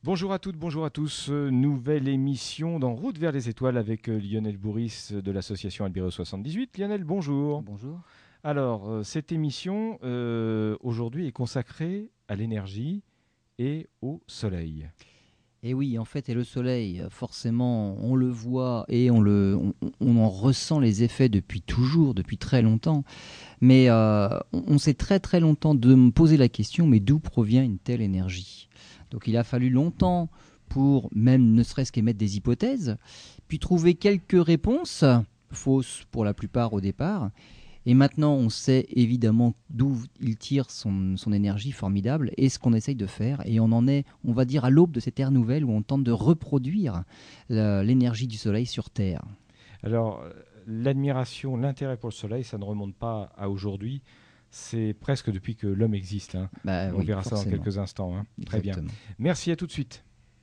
Bonjour à toutes, bonjour à tous. Nouvelle émission d'En route vers les étoiles avec Lionel Bourris de l'association Albireo 78. Lionel, bonjour. Bonjour. Alors, cette émission aujourd'hui est consacrée à l'énergie et au soleil. Et oui, en fait, et le soleil, forcément, on le voit et on en ressent les effets depuis toujours, depuis très longtemps. Mais on s'est très très longtemps de me poser la question, mais d'où provient une telle énergie? Donc il a fallu longtemps pour même ne serait-ce qu'émettre des hypothèses, puis trouver quelques réponses, fausses pour la plupart au départ. Et maintenant, on sait évidemment d'où il tire son énergie formidable et ce qu'on essaye de faire. Et on en est, on va dire, à l'aube de cette ère nouvelle où on tente de reproduire l'énergie du soleil sur Terre. Alors, l'admiration, l'intérêt pour le soleil, ça ne remonte pas à aujourd'hui. C'est presque depuis que l'homme existe. On Oui, verra forcément. ça dans quelques instants. Très bien. Exactement. Merci, à tout de suite.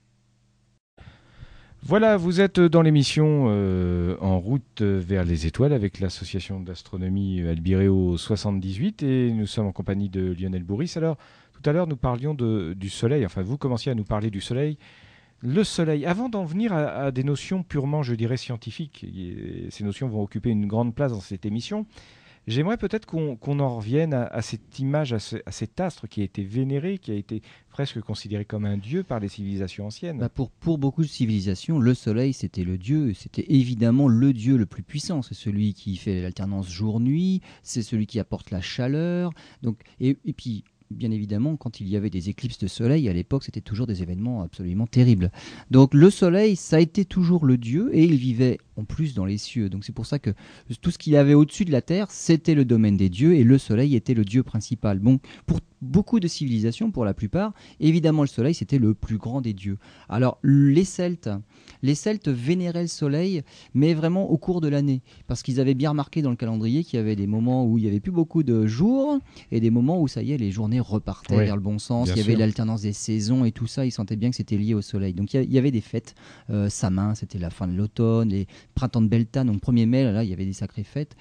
Voilà, vous êtes dans l'émission En route vers les étoiles avec l'association d'astronomie Albireo 78 et nous sommes en compagnie de Lionel Bourris. Alors, tout à l'heure, nous parlions du soleil, enfin, vous commenciez à nous parler du soleil. Le soleil, avant d'en venir à des notions purement, je dirais, scientifiques, et ces notions vont occuper une grande place dans cette émission, j'aimerais peut-être qu'on en revienne à cette image, à cet astre qui a été vénéré, qui a été presque considéré comme un dieu par les civilisations anciennes. Pour beaucoup de civilisations, le soleil, c'était le dieu. C'était évidemment le dieu le plus puissant. C'est celui qui fait l'alternance jour-nuit, c'est celui qui apporte la chaleur. Donc, et puis, bien évidemment, quand il y avait des éclipses de soleil, à l'époque, c'était toujours des événements absolument terribles. Donc le soleil, ça a été toujours le dieu, et il vivait en plus dans les cieux. Donc c'est pour ça que tout ce qu'il y avait au-dessus de la terre, c'était le domaine des dieux, et le soleil était le dieu principal. Bon, pour beaucoup de civilisations, pour la plupart, évidemment le soleil, c'était le plus grand des dieux. Alors les Celtes vénéraient le soleil, mais vraiment au cours de l'année, parce qu'ils avaient bien remarqué dans le calendrier qu'il y avait des moments où il n'y avait plus beaucoup de jours, et des moments où ça y est, les journées repartaient vers le bon sens. Il y avait l'alternance des saisons et tout ça, ils sentaient bien que c'était lié au soleil. Donc il y avait des fêtes, Samin, c'était la fin de l'automne, les printemps de Beltane, donc 1er mai, là il y avait des sacrées fêtes.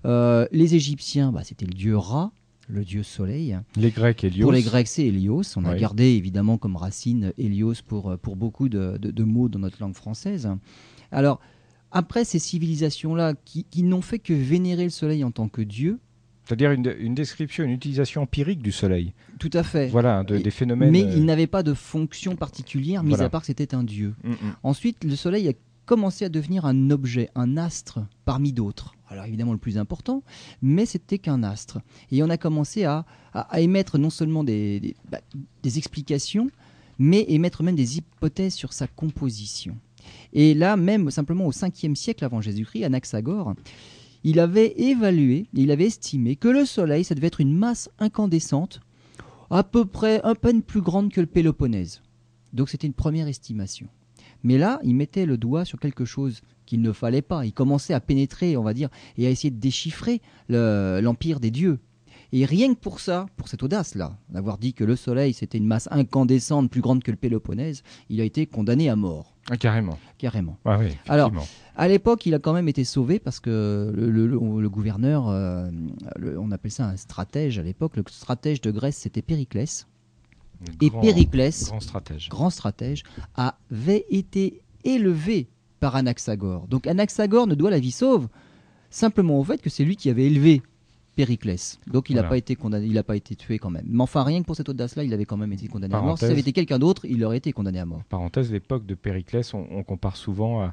Les Égyptiens, c'était le dieu Ra, le dieu soleil. Les Grecs, Hélios. Pour les Grecs, c'est Hélios. On a gardé évidemment comme racine Hélios pour beaucoup de mots dans notre langue française. Alors, après ces civilisations-là qui n'ont fait que vénérer le soleil en tant que dieu, c'est-à-dire une description, une utilisation empirique du soleil. Tout à fait. Voilà, des phénomènes. Mais il n'avait pas de fonction particulière, mis à part que c'était un dieu. Ensuite, le soleil a commencé à devenir un objet, un astre parmi d'autres. Alors évidemment le plus important, mais c'était qu'un astre. Et on a commencé à émettre non seulement des explications, mais émettre même des hypothèses sur sa composition. Et là, même simplement au 5e siècle avant Jésus-Christ, Anaxagore, il avait évalué, il avait estimé que le Soleil, ça devait être une masse incandescente, à peu près un peine plus grande que le Péloponnèse. Donc c'était une première estimation. Mais là, il mettait le doigt sur quelque chose qu'il ne fallait pas. Il commençait à pénétrer, on va dire, et à essayer de déchiffrer l'empire des dieux. Et rien que pour ça, pour cette audace-là, d'avoir dit que le Soleil, c'était une masse incandescente plus grande que le Péloponnèse, il a été condamné à mort. Ah, carrément. Carrément. Ah oui, alors, à l'époque, il a quand même été sauvé parce que le gouverneur, on appelle ça un stratège à l'époque, le stratège de Grèce, c'était Périclès. Et Périclès, grand stratège, avait été élevé par Anaxagore. Donc Anaxagore ne doit la vie sauve simplement au fait que c'est lui qui avait élevé Périclès. Donc il n'a pas été condamné, il n'a pas été tué quand même. Mais enfin, rien que pour cette audace-là, il avait quand même été condamné à mort. Si ça avait été quelqu'un d'autre, il aurait été condamné à mort. Parenthèse, l'époque de Périclès, on compare souvent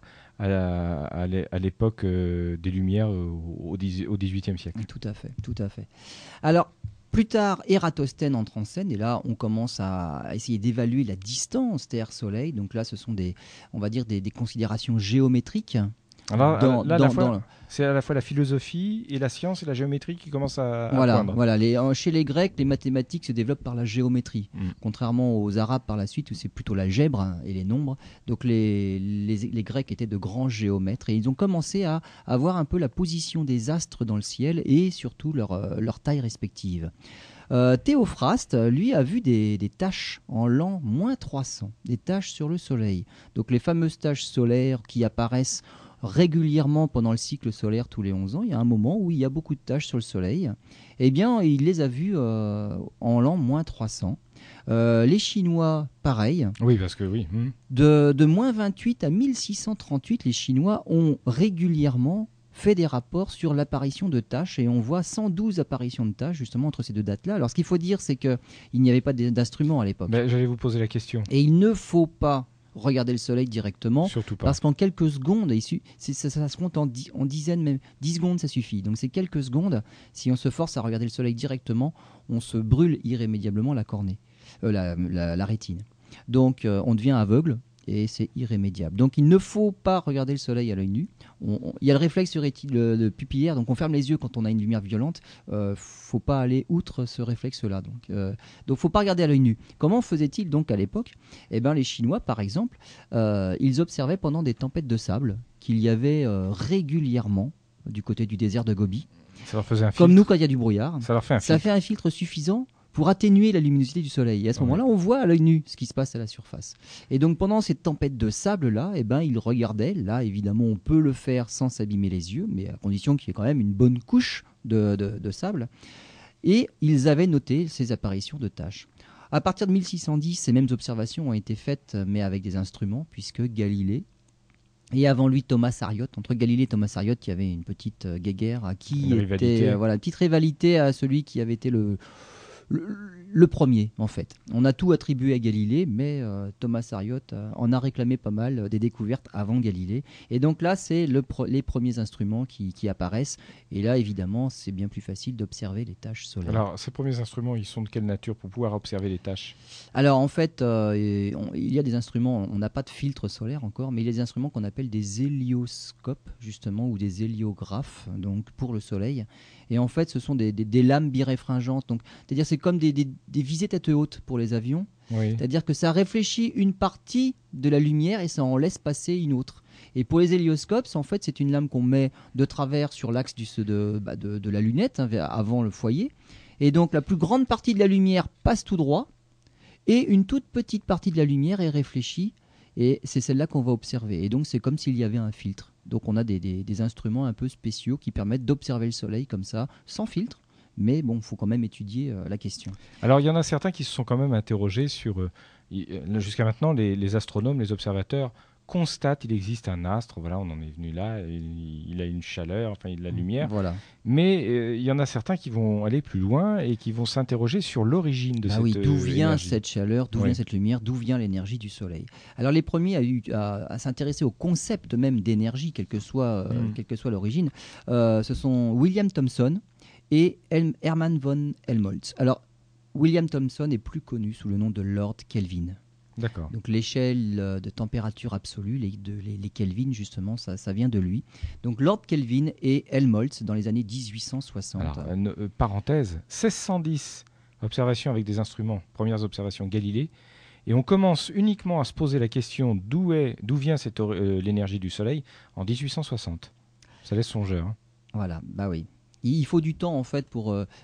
à l'époque des Lumières au XVIIIe siècle. Tout à fait, tout à fait. Alors, plus tard, Ératosthène entre en scène et là, on commence à essayer d'évaluer la distance Terre-Soleil. Donc là, ce sont on va dire des considérations géométriques. Alors, c'est à la fois la philosophie et la science et la géométrie qui commencent à poindre. Voilà. Chez les Grecs, les mathématiques se développent par la géométrie, contrairement aux Arabes par la suite où c'est plutôt l'algèbre et les nombres. Donc les Grecs étaient de grands géomètres et ils ont commencé à voir un peu la position des astres dans le ciel et surtout leur taille respective. Théophraste, lui, a vu des taches en l'an -300, des taches sur le Soleil. Donc les fameuses taches solaires qui apparaissent régulièrement pendant le cycle solaire tous les 11 ans, il y a un moment où il y a beaucoup de tâches sur le Soleil. Eh bien, il les a vues en l'an moins 300. Les Chinois, pareil. Oui, parce que oui. De moins 28 à 1638, les Chinois ont régulièrement fait des rapports sur l'apparition de taches et on voit 112 apparitions de taches justement entre ces deux dates-là. Alors ce qu'il faut dire, c'est qu'il n'y avait pas d'instruments à l'époque. J'allais vous poser la question. Et il ne faut pas regarder le soleil directement. Surtout pas. Parce qu'en quelques secondes, ça se compte en dizaines, même 10 secondes, ça suffit. Donc c'est quelques secondes. Si on se force à regarder le soleil directement, on se brûle irrémédiablement la cornée, la rétine. Donc on devient aveugle et c'est irrémédiable. Donc il ne faut pas regarder le soleil à l'œil nu. Il y a le réflexe de pupillaire, donc on ferme les yeux quand on a une lumière violente. Faut pas aller outre ce réflexe-là. Donc faut pas regarder à l'œil nu. Comment faisaient-ils donc à l'époque ? Eh ben les Chinois, par exemple, ils observaient pendant des tempêtes de sable qu'il y avait régulièrement du côté du désert de Gobi. Ça leur faisait un filtre. Comme nous quand il y a du brouillard. Ça leur fait un filtre. Ça fait un filtre suffisant pour atténuer la luminosité du soleil. Et à ce moment-là, on voit à l'œil nu ce qui se passe à la surface. Et donc pendant cette tempête de sable-là, eh ben, ils regardaient. Là, évidemment, on peut le faire sans s'abîmer les yeux, mais à condition qu'il y ait quand même une bonne couche de sable. Et ils avaient noté ces apparitions de taches. À partir de 1610, ces mêmes observations ont été faites, mais avec des instruments, puisque Galilée, et avant lui, Thomas Harriot. Entre Galilée et Thomas Harriot, il y avait une petite guéguerre à qui une petite rivalité à celui qui avait été le premier, en fait. On a tout attribué à Galilée, mais Thomas Harriot en a réclamé pas mal des découvertes avant Galilée. Et donc là, c'est les premiers instruments qui apparaissent. Et là, évidemment, c'est bien plus facile d'observer les taches solaires. Alors, ces premiers instruments, ils sont de quelle nature pour pouvoir observer les taches ? Alors, en fait, il y a des instruments, on n'a pas de filtre solaire encore, mais il y a des instruments qu'on appelle des hélioscopes, justement, ou des héliographes, donc pour le Soleil. Et en fait, ce sont des lames biréfringentes. Donc, c'est-à-dire, c'est comme des visées tête haute pour les avions. Oui. C'est-à-dire que ça réfléchit une partie de la lumière et ça en laisse passer une autre. Et pour les hélioscopes, en fait, c'est une lame qu'on met de travers sur l'axe de la lunette, avant le foyer. Et donc, la plus grande partie de la lumière passe tout droit et une toute petite partie de la lumière est réfléchie. Et c'est celle-là qu'on va observer. Et donc, c'est comme s'il y avait un filtre. Donc, on a des instruments un peu spéciaux qui permettent d'observer le soleil comme ça, sans filtre. Mais bon, il faut quand même étudier la question. Alors, il y en a certains qui se sont quand même interrogés sur... jusqu'à maintenant, les astronomes, les observateurs constatent qu'il existe un astre. Voilà, on en est venu là. Il a une chaleur, enfin, il a de la lumière. Voilà. Mais il y en a certains qui vont aller plus loin et qui vont s'interroger sur l'origine de cette d'où vient énergie. cette chaleur, d'où vient cette lumière, d'où vient l'énergie du soleil. Alors, les premiers à s'intéresser au concept même d'énergie, quelle que soit l'origine, ce sont William Thomson et Hermann von Helmholtz. Alors, William Thomson est plus connu sous le nom de Lord Kelvin. D'accord. Donc l'échelle de température absolue, les Kelvin justement, ça vient de lui. Donc Lord Kelvin et Helmholtz dans les années 1860. Alors, parenthèse, 1610, observation avec des instruments, premières observations Galilée. Et on commence uniquement à se poser la question d'où vient l'énergie du Soleil en 1860. Ça laisse songeur. Hein. Voilà, bah oui. Il faut du temps en fait pour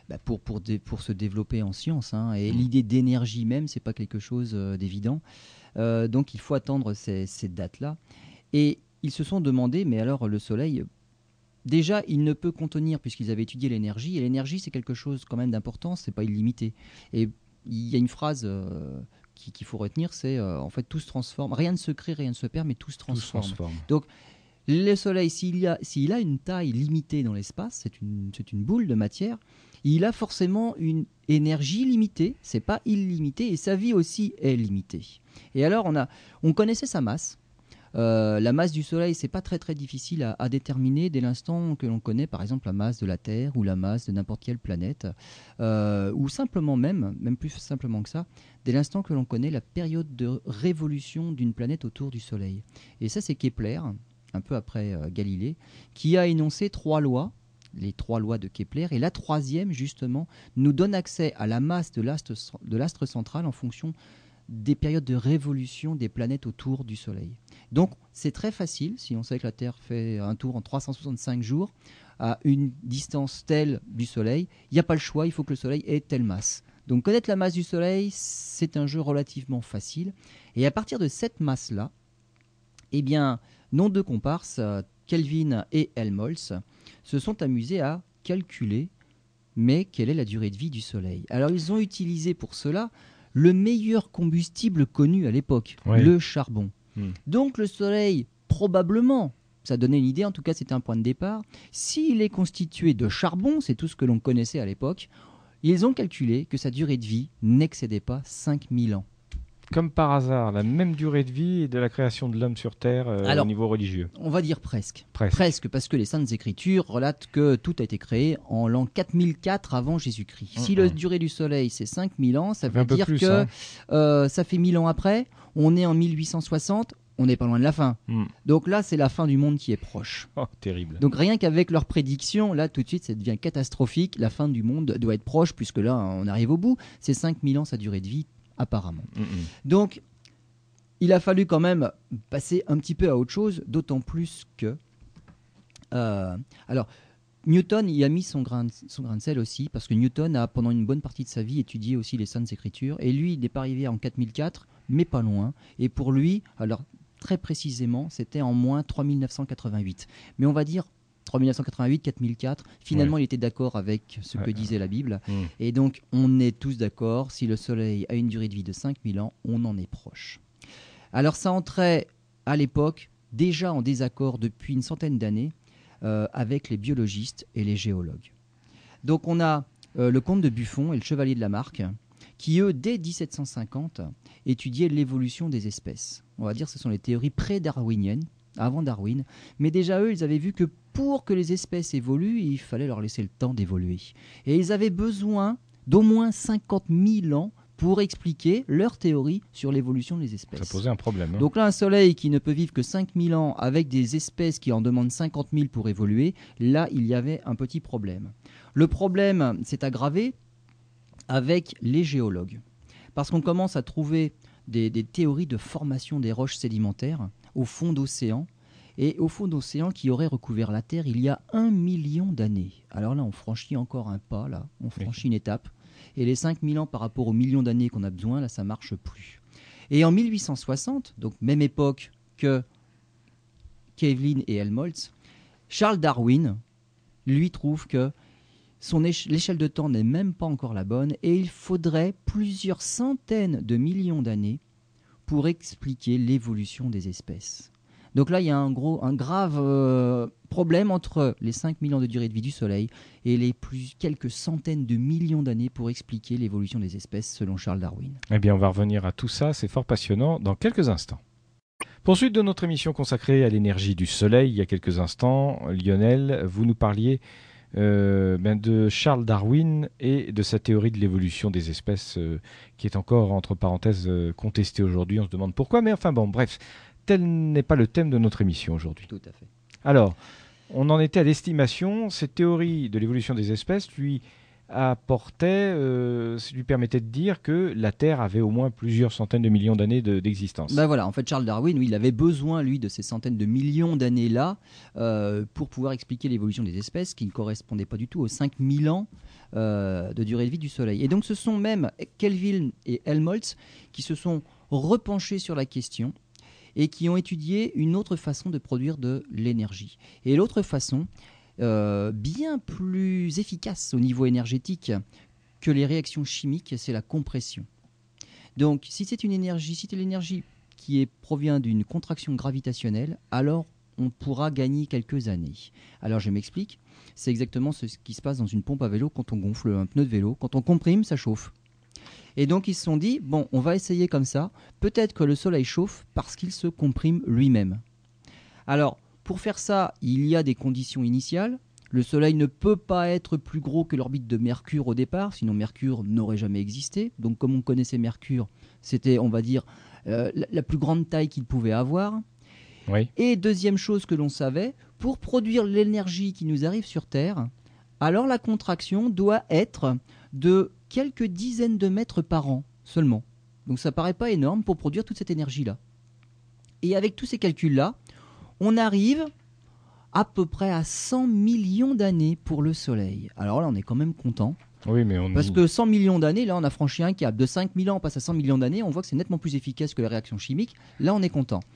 se développer en science. Hein, et l'idée d'énergie même, c'est pas quelque chose d'évident. Donc il faut attendre ces dates-là. Et ils se sont demandé, mais alors le Soleil, déjà il ne peut contenir, puisqu'ils avaient étudié l'énergie, et l'énergie c'est quelque chose quand même d'important, c'est pas illimité. Et il y a une phrase qu'il faut retenir, c'est en fait tout se transforme, rien ne se crée, rien ne se perd, mais tout se transforme. Donc le Soleil, s'il a une taille limitée dans l'espace, c'est une boule de matière, il a forcément une énergie limitée, c'est pas illimité, et sa vie aussi est limitée. Et alors, on connaissait sa masse. La masse du Soleil, c'est pas très très difficile à déterminer dès l'instant que l'on connaît, par exemple, la masse de la Terre ou la masse de n'importe quelle planète, ou simplement même plus simplement que ça, dès l'instant que l'on connaît la période de révolution d'une planète autour du Soleil. Et ça, c'est Kepler, un peu après Galilée, qui a énoncé 3 lois, les 3 lois de Kepler, et la troisième, justement, nous donne accès à la masse de l'astre central en fonction des périodes de révolution des planètes autour du Soleil. Donc, c'est très facile, si on sait que la Terre fait un tour en 365 jours, à une distance telle du Soleil, il n'y a pas le choix, il faut que le Soleil ait telle masse. Donc, connaître la masse du Soleil, c'est un jeu relativement facile. Et à partir de cette masse-là, eh bien, nom de comparse, Kelvin et Helmholtz se sont amusés à calculer quelle est la durée de vie du Soleil. Alors ils ont utilisé pour cela le meilleur combustible connu à l'époque, le charbon. Donc le Soleil, probablement, ça donnait une idée, en tout cas c'était un point de départ, s'il est constitué de charbon, c'est tout ce que l'on connaissait à l'époque, ils ont calculé que sa durée de vie n'excédait pas 5000 ans. Comme par hasard, la même durée de vie de la création de l'homme sur Terre au niveau religieux. On va dire presque. Presque, parce que les Saintes Écritures relatent que tout a été créé en l'an 4004 avant Jésus-Christ. Si la durée du Soleil, c'est 5000 ans, ça veut dire que ça fait 1000 ans après, on est en 1860, on n'est pas loin de la fin. Donc là, c'est la fin du monde qui est proche. Oh, terrible. Donc rien qu'avec leurs prédictions, là, tout de suite, ça devient catastrophique. La fin du monde doit être proche, puisque là, on arrive au bout. C'est 5000 ans, sa durée de vie, apparemment. Donc, il a fallu quand même passer un petit peu à autre chose, d'autant plus que... alors, Newton y a mis son grain de sel aussi, parce que Newton a, pendant une bonne partie de sa vie, étudié aussi les Saintes Écritures, et lui, il n'est pas arrivé en 4004, mais pas loin. Et pour lui, alors très précisément, c'était en moins 3988. Mais on va dire 3988, 4004, finalement il était d'accord avec ce que disait la Bible. Et donc on est tous d'accord, si le Soleil a une durée de vie de 5000 ans, on en est proche. Alors ça entrait à l'époque déjà en désaccord depuis une centaine d'années avec les biologistes et les géologues. Donc on a le comte de Buffon et le chevalier de Lamarck qui eux, dès 1750, étudiaient l'évolution des espèces. On va dire que ce sont les théories pré-darwiniennes, avant Darwin, mais déjà eux, ils avaient vu que pour que les espèces évoluent, il fallait leur laisser le temps d'évoluer. Et ils avaient besoin d'au moins 50 000 ans pour expliquer leur théorie sur l'évolution des espèces. Ça posait un problème. Donc là, un soleil qui ne peut vivre que 5 000 ans avec des espèces qui en demandent 50 000 pour évoluer, là, il y avait un petit problème. Le problème s'est aggravé avec les géologues, parce qu'on commence à trouver des théories de formation des roches sédimentaires au fond d'océan, et au fond d'océan qui aurait recouvert la Terre il y a 1 million d'années. Alors là, on franchit encore un pas, là, on franchit une étape, et les 5000 ans par rapport aux millions d'années qu'on a besoin, là, ça ne marche plus. Et en 1860, donc même époque que Kelvin et Helmholtz, Charles Darwin, lui, trouve que l'échelle de temps n'est même pas encore la bonne et il faudrait plusieurs centaines de millions d'années pour expliquer l'évolution des espèces. Donc là, il y a un grave problème entre les 5000 ans de durée de vie du Soleil et les quelques centaines de millions d'années pour expliquer l'évolution des espèces selon Charles Darwin. Eh bien, on va revenir à tout ça, c'est fort passionnant, dans quelques instants. Poursuite de notre émission consacrée à l'énergie du Soleil, il y a quelques instants, Lionel, vous nous parliez de Charles Darwin et de sa théorie de l'évolution des espèces qui est encore, entre parenthèses, contestée aujourd'hui. On se demande pourquoi, mais enfin bon, bref, tel n'est pas le thème de notre émission aujourd'hui. Tout à fait. Alors, on en était à l'estimation. Cette théorie de l'évolution des espèces lui permettait de dire que la Terre avait au moins plusieurs centaines de millions d'années d'existence. Ben voilà, en fait, Charles Darwin, il avait besoin, lui, de ces centaines de millions d'années-là pour pouvoir expliquer l'évolution des espèces qui ne correspondait pas du tout aux 5000 ans de durée de vie du Soleil. Et donc, ce sont même Kelvin et Helmholtz qui se sont repenchés sur la question et qui ont étudié une autre façon de produire de l'énergie. Et l'autre façon, bien plus efficace au niveau énergétique que les réactions chimiques, c'est la compression. Donc, si c'est l'énergie qui provient d'une contraction gravitationnelle, alors on pourra gagner quelques années. Alors, je m'explique. C'est exactement ce qui se passe dans une pompe à vélo quand on gonfle un pneu de vélo. Quand on comprime, ça chauffe. Et donc, ils se sont dit, bon, on va essayer comme ça. Peut-être que le Soleil chauffe parce qu'il se comprime lui-même. Alors, pour faire ça, il y a des conditions initiales. Le Soleil ne peut pas être plus gros que l'orbite de Mercure au départ, sinon Mercure n'aurait jamais existé. Donc comme on connaissait Mercure, c'était, on va dire, la plus grande taille qu'il pouvait avoir. Oui. Et deuxième chose que l'on savait, pour produire l'énergie qui nous arrive sur Terre, alors la contraction doit être de quelques dizaines de mètres par an seulement. Donc ça paraît pas énorme pour produire toute cette énergie-là. Et avec tous ces calculs-là, on arrive à peu près à 100 millions d'années pour le Soleil. Alors là, on est quand même content. Oui, mais parce que 100 millions d'années, là, on a franchi un cap. De 5000 ans, on passe à 100 millions d'années. On voit que c'est nettement plus efficace que les réactions chimiques. Là, on est content.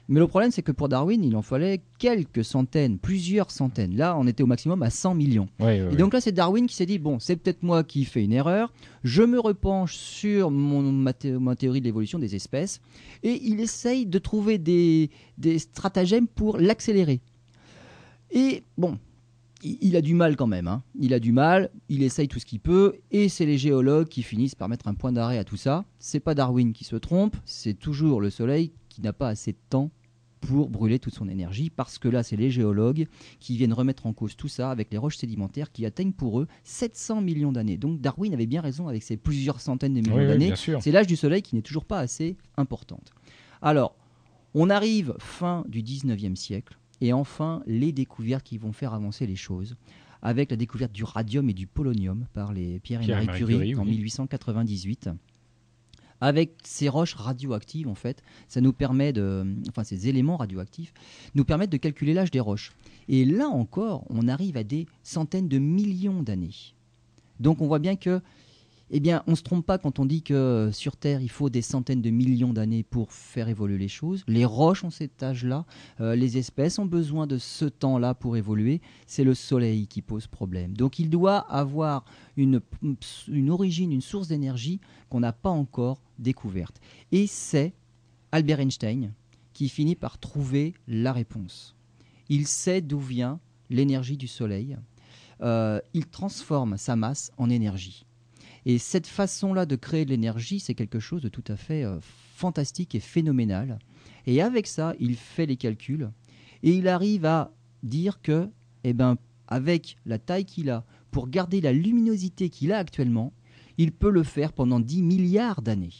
Mais le problème, c'est que pour Darwin, il en fallait quelques centaines, plusieurs centaines. Là, on était au maximum à 100 millions. Et donc là, c'est Darwin qui s'est dit, bon, c'est peut-être moi qui fais une erreur, je me repenche sur ma théorie de l'évolution des espèces, et il essaye de trouver des stratagèmes pour l'accélérer. Et bon, il a du mal quand même. Hein. Il a du mal, il essaye tout ce qu'il peut, et c'est les géologues qui finissent par mettre un point d'arrêt à tout ça. C'est pas Darwin qui se trompe, c'est toujours le Soleil qui n'a pas assez de temps pour brûler toute son énergie, parce que là, c'est les géologues qui viennent remettre en cause tout ça avec les roches sédimentaires qui atteignent pour eux 700 millions d'années. Donc Darwin avait bien raison avec ses plusieurs centaines de millions d'années. C'est l'âge du Soleil qui n'est toujours pas assez importante. Alors, on arrive fin du 19e siècle, et enfin, les découvertes qui vont faire avancer les choses, avec la découverte du radium et du polonium par les Pierre et Marie Curie en 1898. Avec ces roches radioactives, en fait, ça nous permet ces éléments radioactifs nous permettent de calculer l'âge des roches. Et là encore, on arrive à des centaines de millions d'années. Donc on voit bien que, on ne se trompe pas quand on dit que sur Terre, il faut des centaines de millions d'années pour faire évoluer les choses. Les roches ont cet âge-là, les espèces ont besoin de ce temps-là pour évoluer. C'est le Soleil qui pose problème. Donc il doit avoir une origine, une source d'énergie qu'on n'a pas encore découverte. Et c'est Albert Einstein qui finit par trouver la réponse. Il sait d'où vient l'énergie du Soleil. Il transforme sa masse en énergie. Et cette façon-là de créer de l'énergie, c'est quelque chose de tout à fait fantastique et phénoménal. Et avec ça, il fait les calculs et il arrive à dire que, avec la taille qu'il a, pour garder la luminosité qu'il a actuellement, il peut le faire pendant 10 milliards d'années.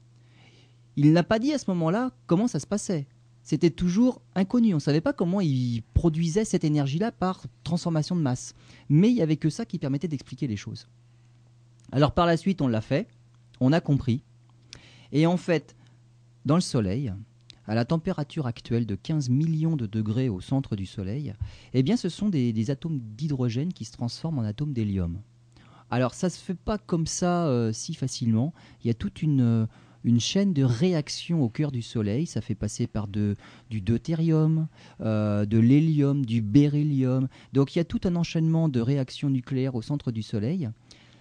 Il n'a pas dit à ce moment-là comment ça se passait. C'était toujours inconnu. On ne savait pas comment il produisait cette énergie-là par transformation de masse. Mais il n'y avait que ça qui permettait d'expliquer les choses. Alors par la suite, on l'a fait, on a compris. Et en fait, dans le Soleil, à la température actuelle de 15 millions de degrés au centre du Soleil, ce sont des atomes d'hydrogène qui se transforment en atomes d'hélium. Alors ça ne se fait pas comme ça si facilement. Il y a toute une chaîne de réactions au cœur du Soleil. Ça fait passer par du deutérium, de l'hélium, du beryllium. Donc il y a tout un enchaînement de réactions nucléaires au centre du Soleil.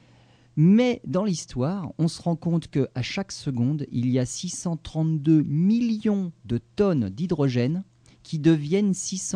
Mais dans l'histoire, on se rend compte qu'à chaque seconde, il y a 632 millions de tonnes d'hydrogène qui deviennent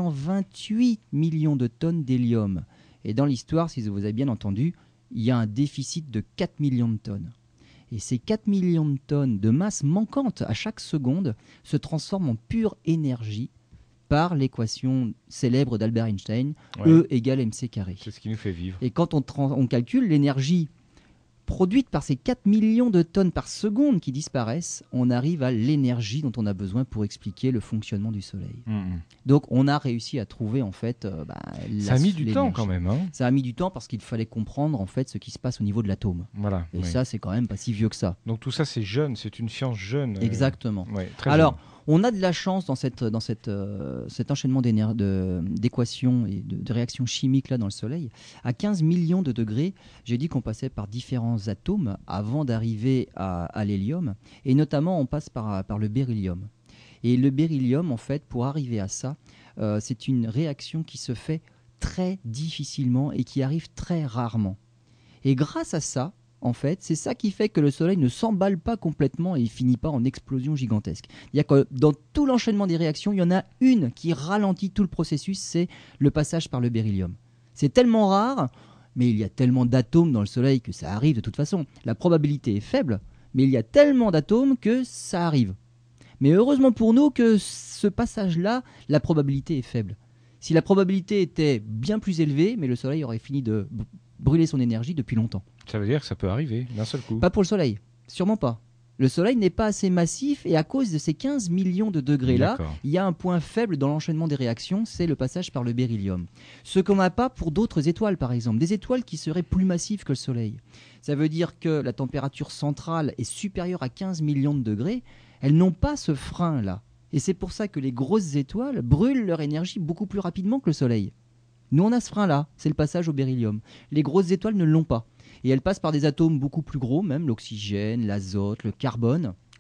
628 millions de tonnes d'hélium. Et dans l'histoire, si vous avez bien entendu, il y a un déficit de 4 millions de tonnes. Et ces 4 millions de tonnes de masse manquante à chaque seconde se transforment en pure énergie par l'équation célèbre d'Albert Einstein, E égale mc². C'est ce qui nous fait vivre. Et quand on calcule l'énergie produite par ces 4 millions de tonnes par seconde qui disparaissent, on arrive à l'énergie dont on a besoin pour expliquer le fonctionnement du Soleil. Donc on a réussi à trouver en fait ça a mis du temps quand même. Ça a mis du temps parce qu'il fallait comprendre en fait ce qui se passe au niveau de l'atome. Voilà. Et ça c'est quand même pas si vieux que ça. Donc tout ça c'est jeune, c'est une science jeune. Exactement. Très Alors jeune. on a de la chance dans cet enchaînement d'équations et de réactions chimiques là dans le Soleil. À 15 millions de degrés, j'ai dit qu'on passait par différents atomes avant d'arriver à l'hélium. Et notamment, on passe par le beryllium. Et le beryllium, en fait, pour arriver à ça, c'est une réaction qui se fait très difficilement et qui arrive très rarement. Et grâce à ça, en fait, c'est ça qui fait que le Soleil ne s'emballe pas complètement et il finit pas en explosion gigantesque. C'est-à-dire que dans tout l'enchaînement des réactions, il y en a une qui ralentit tout le processus, c'est le passage par le beryllium. C'est tellement rare, mais il y a tellement d'atomes dans le Soleil que ça arrive de toute façon. La probabilité est faible, mais il y a tellement d'atomes que ça arrive. Mais heureusement pour nous que ce passage-là, la probabilité est faible. Si la probabilité était bien plus élevée, mais le Soleil aurait fini de brûler son énergie depuis longtemps. Ça veut dire que ça peut arriver d'un seul coup. Pas pour le Soleil, sûrement pas. Le Soleil n'est pas assez massif et à cause de ces 15 millions de degrés-là, il y a un point faible dans l'enchaînement des réactions, c'est le passage par le beryllium. Ce qu'on n'a pas pour d'autres étoiles, par exemple. Des étoiles qui seraient plus massives que le Soleil. Ça veut dire que la température centrale est supérieure à 15 millions de degrés. Elles n'ont pas ce frein-là. Et c'est pour ça que les grosses étoiles brûlent leur énergie beaucoup plus rapidement que le Soleil. Nous, on a ce frein-là, c'est le passage au beryllium. Les grosses étoiles ne l'ont pas. Et elles passent par des atomes beaucoup plus gros, même l'oxygène, l'azote, le carbone.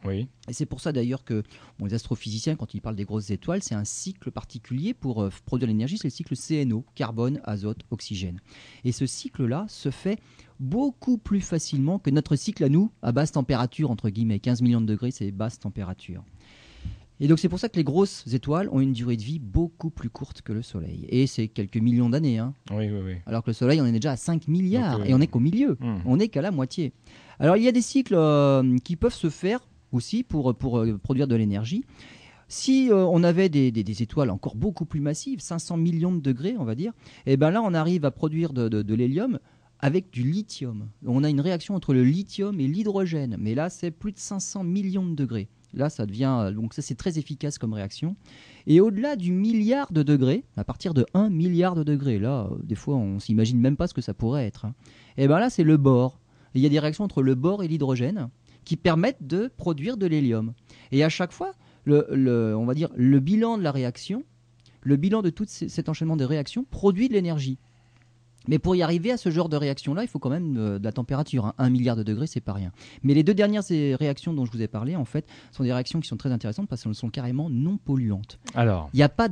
Oui. Et c'est pour ça d'ailleurs que les astrophysiciens, quand ils parlent des grosses étoiles, c'est un cycle particulier pour produire l'énergie, c'est le cycle CNO, carbone, azote, oxygène. Et ce cycle-là se fait beaucoup plus facilement que notre cycle à nous, à basse température, entre guillemets, 15 millions de degrés, c'est basse température. Et donc c'est pour ça que les grosses étoiles ont une durée de vie beaucoup plus courte que le Soleil. Et c'est quelques millions d'années. Hein. Oui, oui, oui. Alors que le Soleil, on est déjà à 5 milliards Donc, et on n'est qu'au milieu. On n'est qu'à la moitié. Alors il y a des cycles qui peuvent se faire aussi pour produire de l'énergie. Si on avait des étoiles encore beaucoup plus massives, 500 millions de degrés, on va dire, et ben là on arrive à produire de l'hélium avec du lithium. On a une réaction entre le lithium et l'hydrogène, mais là c'est plus de 500 millions de degrés. Là, ça devient donc ça c'est très efficace comme réaction. Et au-delà du milliard de degrés, à partir de 1 milliard de degrés, là, des fois, on s'imagine même pas ce que ça pourrait être. Hein. Et ben là, c'est le bore. Il y a des réactions entre le bore et l'hydrogène qui permettent de produire de l'hélium. Et à chaque fois, on va dire le bilan de la réaction, le bilan de tout cet enchaînement de réactions produit de l'énergie. Mais pour y arriver à ce genre de réaction-là, il faut quand même de la température. Hein. 1 milliard de degrés, c'est pas rien. Mais les deux dernières réactions dont je vous ai parlé, en fait, sont des réactions qui sont très intéressantes parce qu'elles sont carrément non polluantes. Alors, il n'y a pas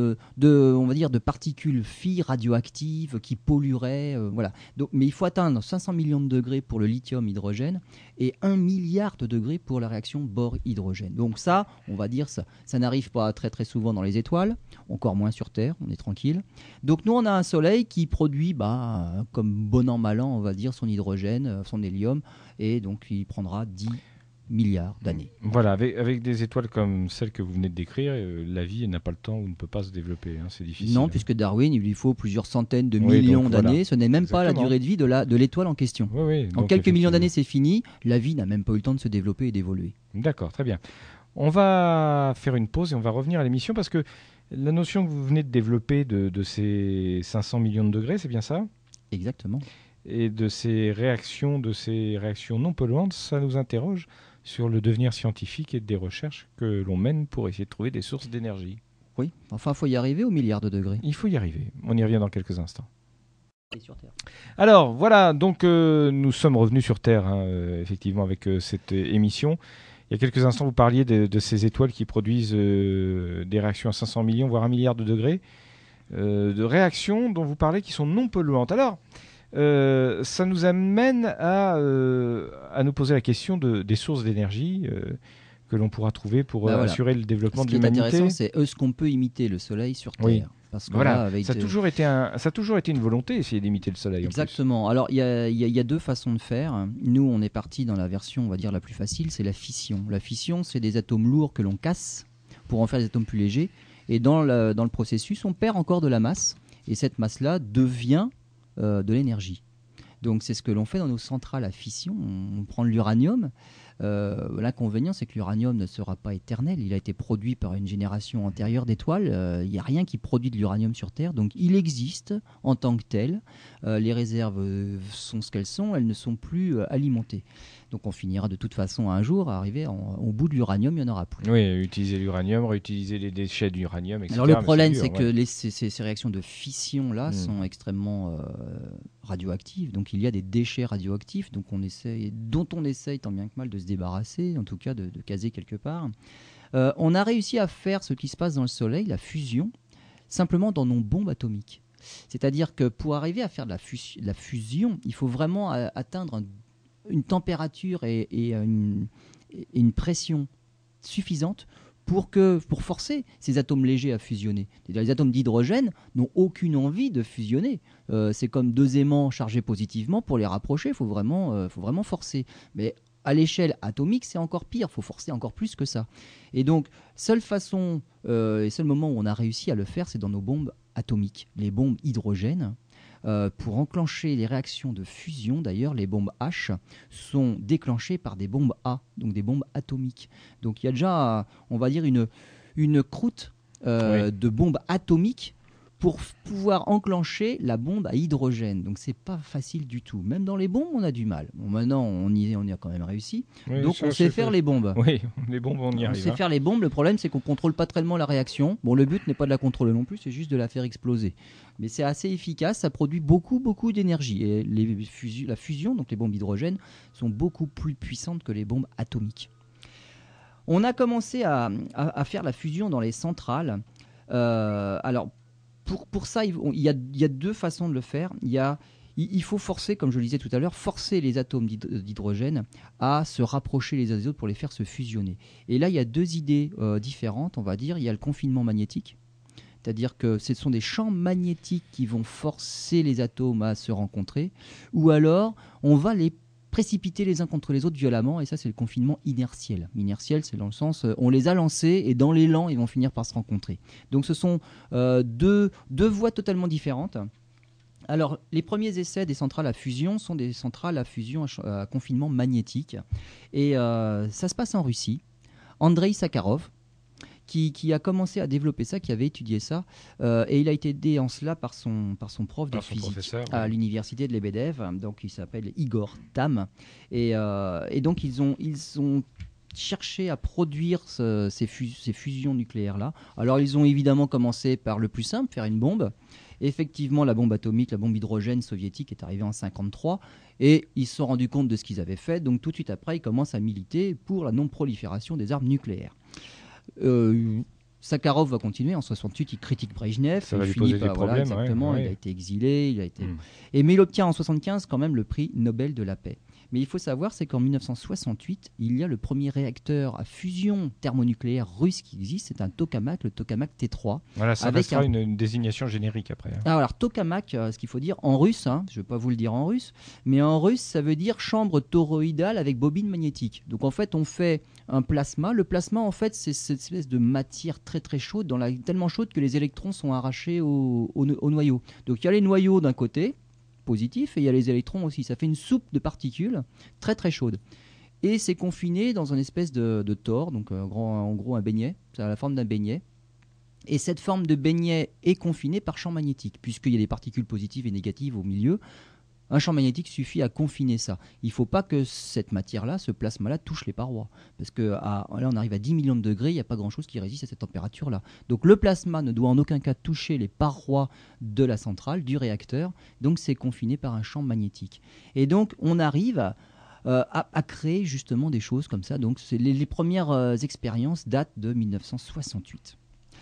on va dire, de particules fines radioactives qui pollueraient. Voilà. Donc, mais il faut atteindre 500 millions de degrés pour le lithium-hydrogène et 1 milliard de degrés pour la réaction bore-hydrogène. Donc ça, on va dire, ça n'arrive pas très très souvent dans les étoiles, encore moins sur Terre, on est tranquille. Donc nous, on a un Soleil qui produit, comme bon an mal an, on va dire, son hydrogène, son hélium, et donc il prendra 10 milliards d'années. Voilà, avec des étoiles comme celles que vous venez de décrire, la vie n'a pas le temps ou ne peut pas se développer. Hein, c'est difficile. Non, puisque Darwin, il lui faut plusieurs centaines de millions d'années. Voilà. Ce n'est même pas la durée de vie de l'étoile en question. Oui, en quelques millions d'années, c'est fini. La vie n'a même pas eu le temps de se développer et d'évoluer. D'accord, très bien. On va faire une pause et on va revenir à l'émission parce que la notion que vous venez de développer de ces 500 millions de degrés, c'est bien ça ? Exactement. Et de ces réactions non polluantes, ça nous interroge sur le devenir scientifique et des recherches que l'on mène pour essayer de trouver des sources d'énergie. Oui, enfin, il faut y arriver au milliard de degrés. Il faut y arriver. On y revient dans quelques instants. Et sur Terre. Alors, voilà, donc nous sommes revenus sur Terre, effectivement, avec cette émission. Il y a quelques instants, vous parliez de ces étoiles qui produisent des réactions à 500 millions, voire 1 milliard de degrés, de réactions dont vous parlez qui sont non polluantes. Alors, ça nous amène à nous poser la question des sources d'énergie que l'on pourra trouver pour assurer le développement de l'humanité. Ce qui est intéressant, c'est est-ce qu'on peut imiter le Soleil sur Terre ? Oui. Parce que voilà, là, ça a toujours été une volonté, essayer d'imiter le Soleil. Exactement. Alors, il y a deux façons de faire. Nous, on est parti dans la version, on va dire, la plus facile, c'est la fission. La fission, c'est des atomes lourds que l'on casse pour en faire des atomes plus légers. Et dans le processus, on perd encore de la masse. Et cette masse-là devient de l'énergie. Donc, c'est ce que l'on fait dans nos centrales à fission. On prend de l'uranium. L'inconvénient, c'est que l'uranium ne sera pas éternel. Il a été produit par une génération antérieure d'étoiles. Il n'y a rien qui produit de l'uranium sur Terre. Donc, il existe en tant que tel. Les réserves sont ce qu'elles sont. Elles ne sont plus alimentées. Donc, on finira de toute façon un jour à arriver au bout de l'uranium, il n'y en aura plus. Oui, utiliser l'uranium, réutiliser les déchets d'uranium, etc. Alors, le problème, c'est que ces réactions de fission-là sont extrêmement radioactives. Donc, il y a des déchets radioactifs dont on essaye tant bien que mal de se débarrasser, en tout cas de caser quelque part. On a réussi à faire ce qui se passe dans le Soleil, la fusion, simplement dans nos bombes atomiques. C'est-à-dire que pour arriver à faire de la fusion, il faut vraiment atteindre une température et une pression suffisante pour forcer ces atomes légers à fusionner. Les atomes d'hydrogène n'ont aucune envie de fusionner. C'est comme deux aimants chargés positivement. Pour les rapprocher, il faut vraiment forcer. Mais à l'échelle atomique, c'est encore pire. Il faut forcer encore plus que ça. Et donc, seule façon et seul moment où on a réussi à le faire, c'est dans nos bombes atomiques, les bombes hydrogène. Pour enclencher les réactions de fusion, d'ailleurs, les bombes H sont déclenchées par des bombes A, donc des bombes atomiques. Donc il y a déjà, on va dire, une croûte de bombes atomiques pour pouvoir enclencher la bombe à hydrogène. Donc c'est pas facile du tout. Même dans les bombes, on a du mal. Bon, maintenant, on y a quand même réussi. Oui, donc on sait faire les bombes. Oui, les bombes, on y arrive. On sait faire les bombes. Le problème, c'est qu'on contrôle pas tellement la réaction. Bon, le but n'est pas de la contrôler non plus, c'est juste de la faire exploser. Mais c'est assez efficace, ça produit beaucoup d'énergie. Et la fusion, donc les bombes hydrogène, sont beaucoup plus puissantes que les bombes atomiques. On a commencé à faire la fusion dans les centrales. Alors, pour ça, il y a deux façons de le faire. Il faut forcer, comme je le disais tout à l'heure, forcer les atomes d'hydrogène à se rapprocher les uns des autres pour les faire se fusionner. Et là, il y a deux idées différentes, on va dire. Il y a le confinement magnétique, c'est-à-dire que ce sont des champs magnétiques qui vont forcer les atomes à se rencontrer, ou alors on va les précipiter les uns contre les autres violemment, et ça c'est le confinement inertiel. Inertiel, c'est dans le sens, on les a lancés et dans l'élan, ils vont finir par se rencontrer. Donc ce sont deux voies totalement différentes. Alors, les premiers essais des centrales à fusion sont des centrales à fusion à confinement magnétique. Et ça se passe en Russie. Andrei Sakharov, qui a commencé à développer ça, qui avait étudié ça, et il a été aidé en cela par son prof de physique à l'université de Lebedev, donc il s'appelle Igor Tam, et donc ils ont cherché à produire ces fusions nucléaires-là. Alors ils ont évidemment commencé par le plus simple, faire une bombe. Effectivement, la bombe atomique, la bombe hydrogène soviétique est arrivée en 1953 et ils se sont rendus compte de ce qu'ils avaient fait. Donc tout de suite après, ils commencent à militer pour la non-prolifération des armes nucléaires. Sakharov va continuer. En 1968, il critique Brejnev. Ça va lui poser des problèmes. Exactement, il a été exilé. Mais il obtient en 1975 quand même le prix Nobel de la paix. Mais il faut savoir, c'est qu'en 1968, il y a le premier réacteur à fusion thermonucléaire russe qui existe. C'est un tokamak, le tokamak T3. Voilà, ça restera une désignation générique après. Alors, tokamak, ce qu'il faut dire en russe, je ne vais pas vous le dire en russe, mais en russe, ça veut dire chambre toroïdale avec bobine magnétique. Donc, en fait, on fait un plasma. Le plasma, en fait, c'est cette espèce de matière très, très chaude, tellement chaude que les électrons sont arrachés au noyau. Donc, il y a les noyaux d'un côté, positif, et il y a les électrons aussi. Ça fait une soupe de particules très très chaude. Et c'est confiné dans une espèce de tore, donc en gros un beignet, ça a la forme d'un beignet. Et cette forme de beignet est confinée par champ magnétique, puisqu'il y a des particules positives et négatives au milieu. Un champ magnétique suffit à confiner ça. Il ne faut pas que cette matière-là, ce plasma-là, touche les parois. Parce que là, on arrive à 10 millions de degrés, il n'y a pas grand-chose qui résiste à cette température-là. Donc le plasma ne doit en aucun cas toucher les parois de la centrale, du réacteur. Donc c'est confiné par un champ magnétique. Et donc on arrive à créer justement des choses comme ça. Donc les premières expériences datent de 1968.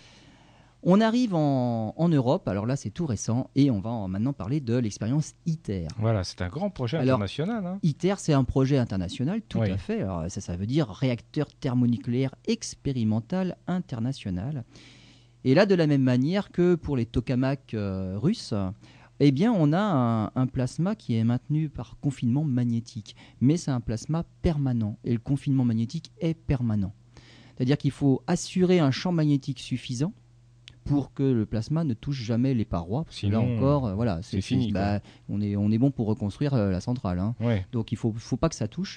On arrive en Europe, alors là c'est tout récent, et on va maintenant parler de l'expérience ITER. Voilà, c'est un grand projet international. ITER, c'est un projet international, tout à fait. Alors, ça veut dire réacteur thermonucléaire expérimental international. Et là, de la même manière que pour les tokamaks russes, eh bien, on a un plasma qui est maintenu par confinement magnétique. Mais c'est un plasma permanent, et le confinement magnétique est permanent. C'est-à-dire qu'il faut assurer un champ magnétique suffisant pour que le plasma ne touche jamais les parois. Parce Sinon, que là encore, voilà, c'est fini. On est bon pour reconstruire la centrale. Donc il ne faut pas que ça touche.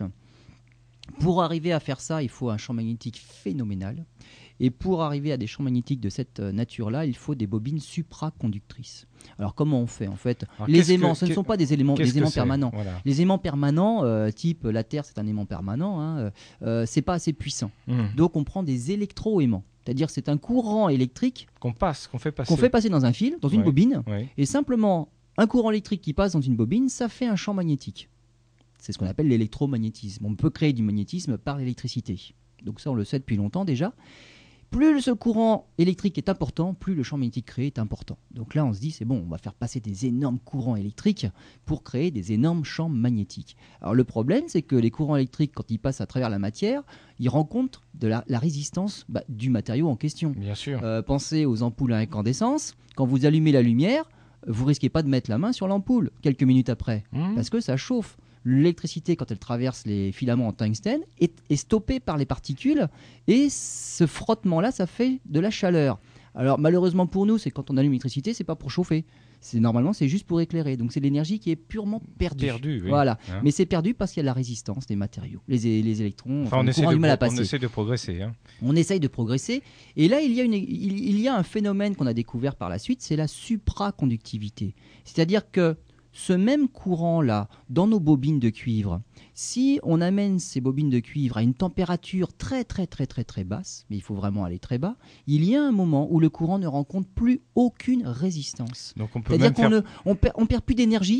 Pour arriver à faire ça, il faut un champ magnétique phénoménal. Et pour arriver à des champs magnétiques de cette nature-là, il faut des bobines supraconductrices. Alors comment on fait en fait? Les aimants, ce ne sont pas des aimants permanents. Voilà. Les aimants permanents, type la Terre, c'est un aimant permanent, c'est pas assez puissant. Donc on prend des électroaimants. C'est-à-dire c'est un courant électrique qu'on fait passer dans un fil, dans une bobine, et simplement un courant électrique qui passe dans une bobine, ça fait un champ magnétique. C'est ce qu'on appelle l'électromagnétisme. On peut créer du magnétisme par l'électricité. Donc ça, on le sait depuis longtemps déjà. Plus ce courant électrique est important, plus le champ magnétique créé est important. Donc là, on se dit, c'est bon, on va faire passer des énormes courants électriques pour créer des énormes champs magnétiques. Alors le problème, c'est que les courants électriques, quand ils passent à travers la matière, ils rencontrent de la résistance du matériau en question. Bien sûr. Pensez aux ampoules à incandescence. Quand vous allumez la lumière, vous risquez pas de mettre la main sur l'ampoule quelques minutes après, parce que ça chauffe. L'électricité, quand elle traverse les filaments en tungstène, est stoppée par les particules, et ce frottement-là, ça fait de la chaleur. Alors malheureusement pour nous, c'est quand on allume l'électricité, c'est pas pour chauffer. Normalement, c'est juste pour éclairer. Donc c'est de l'énergie qui est purement perdue. Oui. Voilà. Mais c'est perdu parce qu'il y a la résistance des matériaux. Les électrons, on essaie de progresser. On essaye de progresser. Et là, il y a un phénomène qu'on a découvert par la suite, c'est la supraconductivité. C'est-à-dire que ce même courant-là, dans nos bobines de cuivre, si on amène ces bobines de cuivre à une température très très très très très basse, mais il faut vraiment aller très bas, il y a un moment où le courant ne rencontre plus aucune résistance. Donc on peut C'est-à-dire qu'on perd plus d'énergie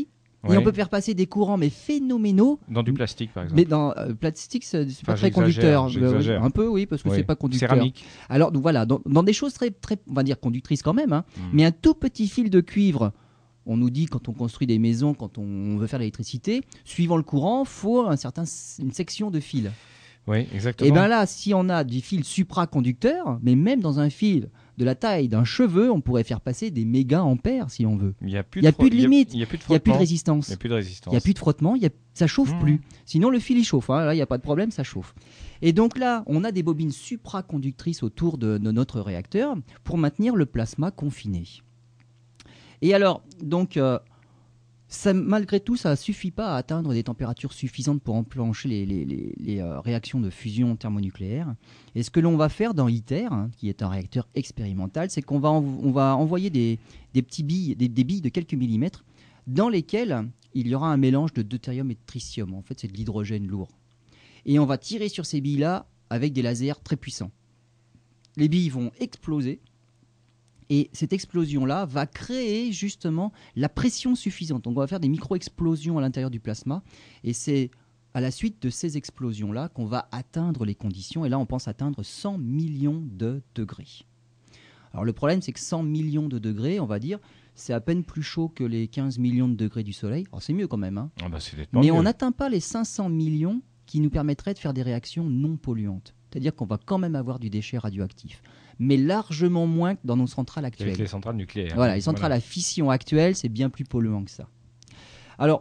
Et on peut faire passer des courants mais phénoménaux. Dans du plastique, par exemple. Mais dans plastique, c'est pas très conducteur. J'exagère. Un peu, oui, parce que c'est pas conducteur. Céramique. Alors, donc, voilà, dans des choses très, on va dire conductrices quand même, mais un tout petit fil de cuivre. On nous dit quand on construit des maisons, quand on veut faire l'électricité, suivant le courant, il faut une section de fil. Oui, exactement. Et bien là, si on a du fil supraconducteur, mais même dans un fil de la taille d'un cheveu, on pourrait faire passer des méga-ampères si on veut. Il n'y a plus de limite, il n'y a plus de résistance. Il n'y a plus de résistance. Il n'y a plus de frottement, ça chauffe plus. Sinon, le fil, il chauffe. Là, il n'y a pas de problème, ça chauffe. Et donc là, on a des bobines supraconductrices autour de notre réacteur pour maintenir le plasma confiné. Et alors, donc, malgré tout, ça ne suffit pas à atteindre des températures suffisantes pour enclencher les réactions de fusion thermonucléaire. Et ce que l'on va faire dans ITER, qui est un réacteur expérimental, c'est qu'on va envoyer des billes de quelques millimètres dans lesquelles il y aura un mélange de deutérium et de tritium. En fait, c'est de l'hydrogène lourd. Et on va tirer sur ces billes-là avec des lasers très puissants. Les billes vont exploser. Et cette explosion-là va créer justement la pression suffisante. Donc on va faire des micro-explosions à l'intérieur du plasma. Et c'est à la suite de ces explosions-là qu'on va atteindre les conditions. Et là, on pense atteindre 100 millions de degrés. Alors le problème, c'est que 100 millions de degrés, on va dire, c'est à peine plus chaud que les 15 millions de degrés du Soleil. Alors c'est mieux quand même. Mais on n'atteint pas les 500 millions qui nous permettraient de faire des réactions non polluantes. C'est-à-dire qu'on va quand même avoir du déchet radioactif. Mais largement moins que dans nos centrales actuelles. Avec les centrales nucléaires. Voilà, les centrales à fission actuelles, c'est bien plus polluant que ça. Alors,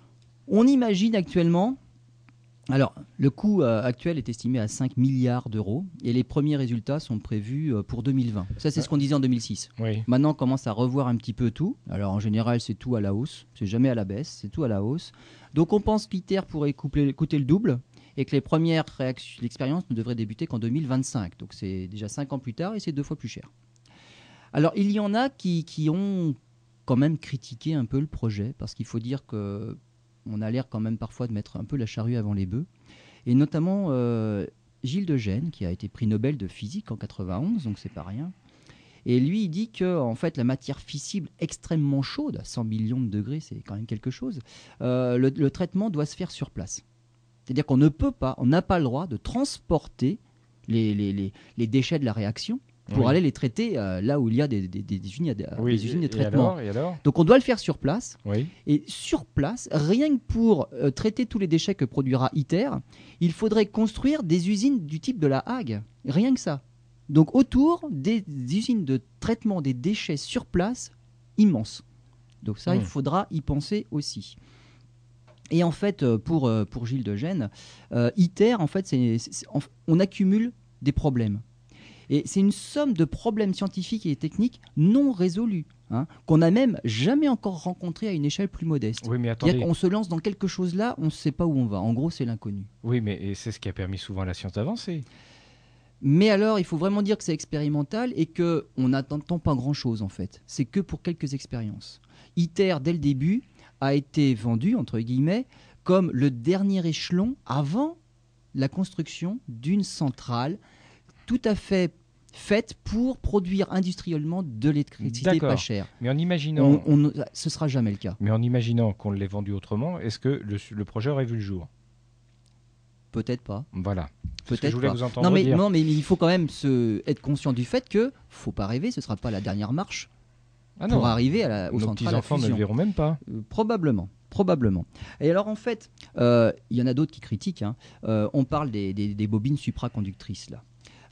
on imagine actuellement... Alors, le coût actuel est estimé à 5 milliards d'euros et les premiers résultats sont prévus pour 2020. Ça, c'est ce qu'on disait en 2006. Oui. Maintenant, on commence à revoir un petit peu tout. Alors, en général, c'est tout à la hausse. C'est jamais à la baisse, c'est tout à la hausse. Donc, on pense qu'ITER pourrait coûter le double et que les premières l'expérience ne devrait débuter qu'en 2025. Donc, c'est déjà 5 ans plus tard et c'est 2 fois plus cher. Alors, il y en a qui ont quand même critiqué un peu le projet parce qu'il faut dire que on a l'air quand même parfois de mettre un peu la charrue avant les bœufs. Et notamment Gilles de Gennes, qui a été prix Nobel de physique en 91, donc c'est pas rien. Et lui, il dit que en fait, la matière fissible extrêmement chaude, à 100 millions de degrés, c'est quand même quelque chose, le traitement doit se faire sur place. C'est-à-dire qu'on ne peut pas, on n'a pas le droit de transporter les déchets de la réaction pour aller les traiter là où il y a des usines de traitement. Et alors Donc on doit le faire sur place. Oui. Et sur place, rien que pour traiter tous les déchets que produira ITER, il faudrait construire des usines du type de la Hague. Rien que ça. Donc autour des usines de traitement des déchets sur place immenses. Donc ça, il faudra y penser aussi. Et en fait, pour Gilles de Gennes, ITER, en fait, on accumule des problèmes. Et c'est une somme de problèmes scientifiques et techniques non résolus, qu'on n'a même jamais encore rencontré à une échelle plus modeste. Oui, mais attendez. On se lance dans quelque chose là, on ne sait pas où on va. En gros, c'est l'inconnu. Oui, mais c'est ce qui a permis souvent à la science d'avancer. Mais alors, il faut vraiment dire que c'est expérimental et qu'on n'attend pas grand-chose, en fait. C'est que pour quelques expériences. ITER, dès le début, a été vendu, entre guillemets, comme le dernier échelon avant la construction d'une centrale tout à fait faite pour produire industriellement de l'électricité pas chère. Mais en imaginant... ce ne sera jamais le cas. Mais en imaginant qu'on l'ait vendu autrement, est-ce que le projet aurait vu le jour ? Peut-être pas. Voilà. Peut-être que je voulais pas. vous entendre dire. Non, mais il faut quand même être conscient du fait que, faut pas rêver, ce ne sera pas la dernière marche pour arriver aux centrales à fusion. Nos petits-enfants ne le verront même pas. Probablement. Et alors en fait, il y en a d'autres qui critiquent. On parle des bobines supraconductrices là.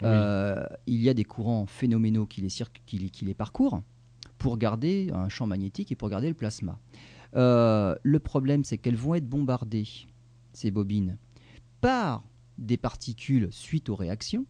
Il y a des courants phénoménaux qui les parcourent pour garder un champ magnétique et pour garder le plasma. Le problème, c'est qu'elles vont être bombardées, ces bobines, par des particules suite aux réactions,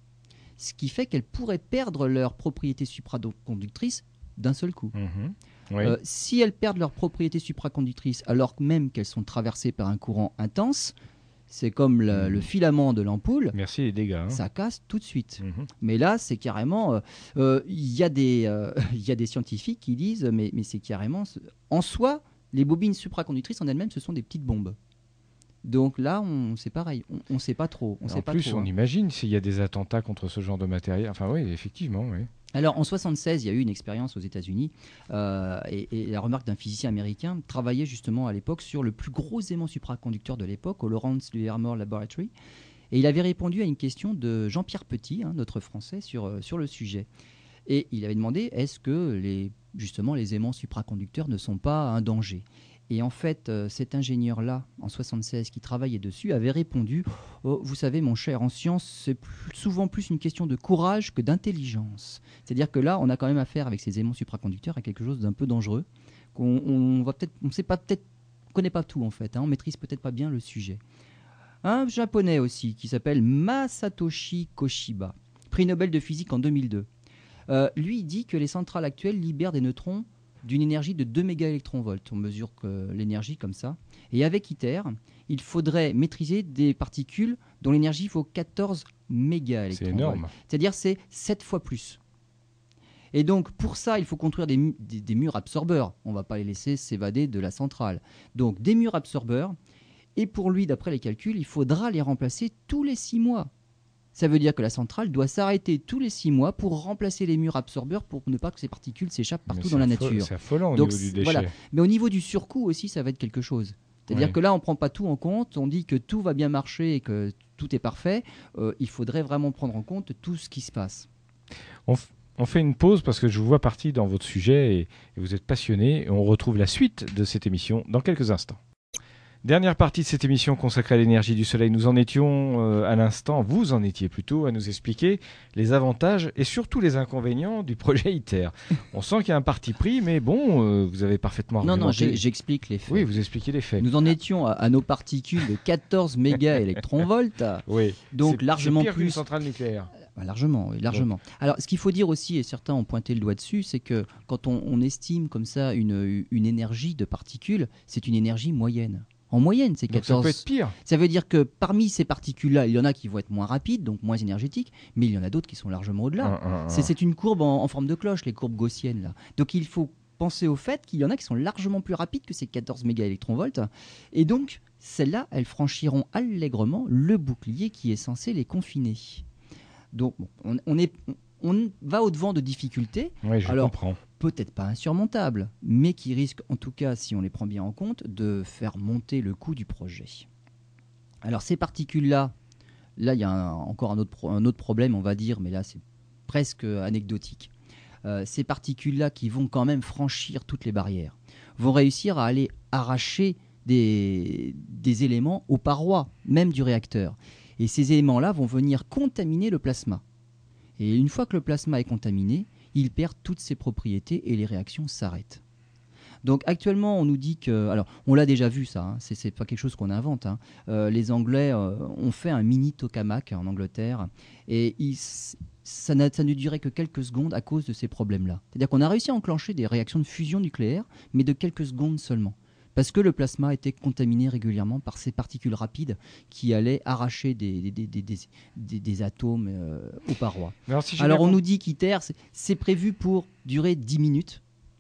ce qui fait qu'elles pourraient perdre leurs propriétés supraconductrices d'un seul coup. Oui. Si elles perdent leurs propriétés supraconductrices alors même qu'elles sont traversées par un courant intense, c'est comme le filament de l'ampoule. Merci les dégâts. Ça casse tout de suite. Mais là, c'est carrément... Il y a des scientifiques qui disent, mais c'est carrément... En soi, les bobines supraconductrices en elles-mêmes, ce sont des petites bombes. Donc là, c'est pareil, on ne sait pas trop. En plus, on imagine s'il y a des attentats contre ce genre de matériel. Enfin oui, effectivement, oui. Alors en 1976, il y a eu une expérience aux États-Unis et la remarque d'un physicien américain travaillait justement à l'époque sur le plus gros aimant supraconducteur de l'époque, au Lawrence Livermore Laboratory. Et il avait répondu à une question de Jean-Pierre Petit, notre Français, sur le sujet. Et il avait demandé est-ce que justement les aimants supraconducteurs ne sont pas un danger ? Et en fait, cet ingénieur-là, en 1976, qui travaillait dessus, avait répondu oh, vous savez, mon cher, en science, c'est souvent plus une question de courage que d'intelligence. C'est-à-dire que là, on a quand même affaire avec ces aimants supraconducteurs à quelque chose d'un peu dangereux, qu'on va peut-être, on sait pas, peut-être, on connaît pas tout en fait, on maîtrise peut-être pas bien le sujet. Un japonais aussi, qui s'appelle Masatoshi Koshiba, prix Nobel de physique en 2002. Lui, il dit que les centrales actuelles libèrent des neutrons d'une énergie de 2 mégaélectronvolts. On mesure que l'énergie comme ça. Et avec ITER, il faudrait maîtriser des particules dont l'énergie vaut 14 mégaélectronvolts. C'est énorme. C'est-à-dire c'est 7 fois plus. Et donc pour ça, il faut construire des murs absorbeurs. On ne va pas les laisser s'évader de la centrale. Donc des murs absorbeurs. Et pour lui, d'après les calculs, il faudra les remplacer tous les 6 mois. Ça veut dire que la centrale doit s'arrêter tous les 6 mois pour remplacer les murs absorbeurs pour ne pas que ces particules s'échappent partout dans la nature. C'est affolant au niveau du déchet. Voilà. Mais au niveau du surcoût aussi, ça va être quelque chose. C'est-à-dire que là, on ne prend pas tout en compte. On dit que tout va bien marcher et que tout est parfait. Il faudrait vraiment prendre en compte tout ce qui se passe. On fait une pause parce que je vous vois parti dans votre sujet et vous êtes passionné. Et on retrouve la suite de cette émission dans quelques instants. Dernière partie de cette émission consacrée à l'énergie du soleil. Nous en étions à l'instant, vous en étiez plutôt, à nous expliquer les avantages et surtout les inconvénients du projet ITER. On sent qu'il y a un parti pris, mais bon, vous avez parfaitement argumenté. Non, j'explique les faits. Oui, vous expliquez les faits. Nous en étions à nos particules de 14 mégaélectronvolts, oui, donc largement c'est pire plus. qu'une centrale nucléaire. Largement, oui, largement. Donc. Alors, ce qu'il faut dire aussi, et certains ont pointé le doigt dessus, c'est que quand on estime comme ça une énergie de particules, c'est une énergie moyenne. En moyenne, c'est 14. Donc ça peut être pire. Ça veut dire que parmi ces particules-là, il y en a qui vont être moins rapides, donc moins énergétiques, mais il y en a d'autres qui sont largement au-delà. C'est une courbe en forme de cloche, les courbes gaussiennes. Là. Donc il faut penser au fait qu'il y en a qui sont largement plus rapides que ces 14 mégaélectronvolts. Et donc, celles-là, elles franchiront allègrement le bouclier qui est censé les confiner. Donc, bon, on va au-devant de difficultés. Oui, je comprends. Peut-être pas insurmontables, mais qui risquent, en tout cas, si on les prend bien en compte, de faire monter le coût du projet. Alors, ces particules-là, il y a encore un autre problème, on va dire, mais là, c'est presque anecdotique. Ces particules-là, qui vont quand même franchir toutes les barrières, vont réussir à aller arracher des éléments aux parois, même du réacteur. Et ces éléments-là vont venir contaminer le plasma. Et une fois que le plasma est contaminé, il perd toutes ses propriétés et les réactions s'arrêtent. Donc actuellement, on nous dit que... Alors, on l'a déjà vu ça, c'est pas quelque chose qu'on invente. Les Anglais ont fait un mini tokamak en Angleterre et ça ne durait que quelques secondes à cause de ces problèmes-là. C'est-à-dire qu'on a réussi à enclencher des réactions de fusion nucléaire, mais de quelques secondes seulement. Parce que le plasma était contaminé régulièrement par ces particules rapides qui allaient arracher des atomes aux parois. Alors on nous dit qu'ITER, c'est prévu pour durer 10 minutes.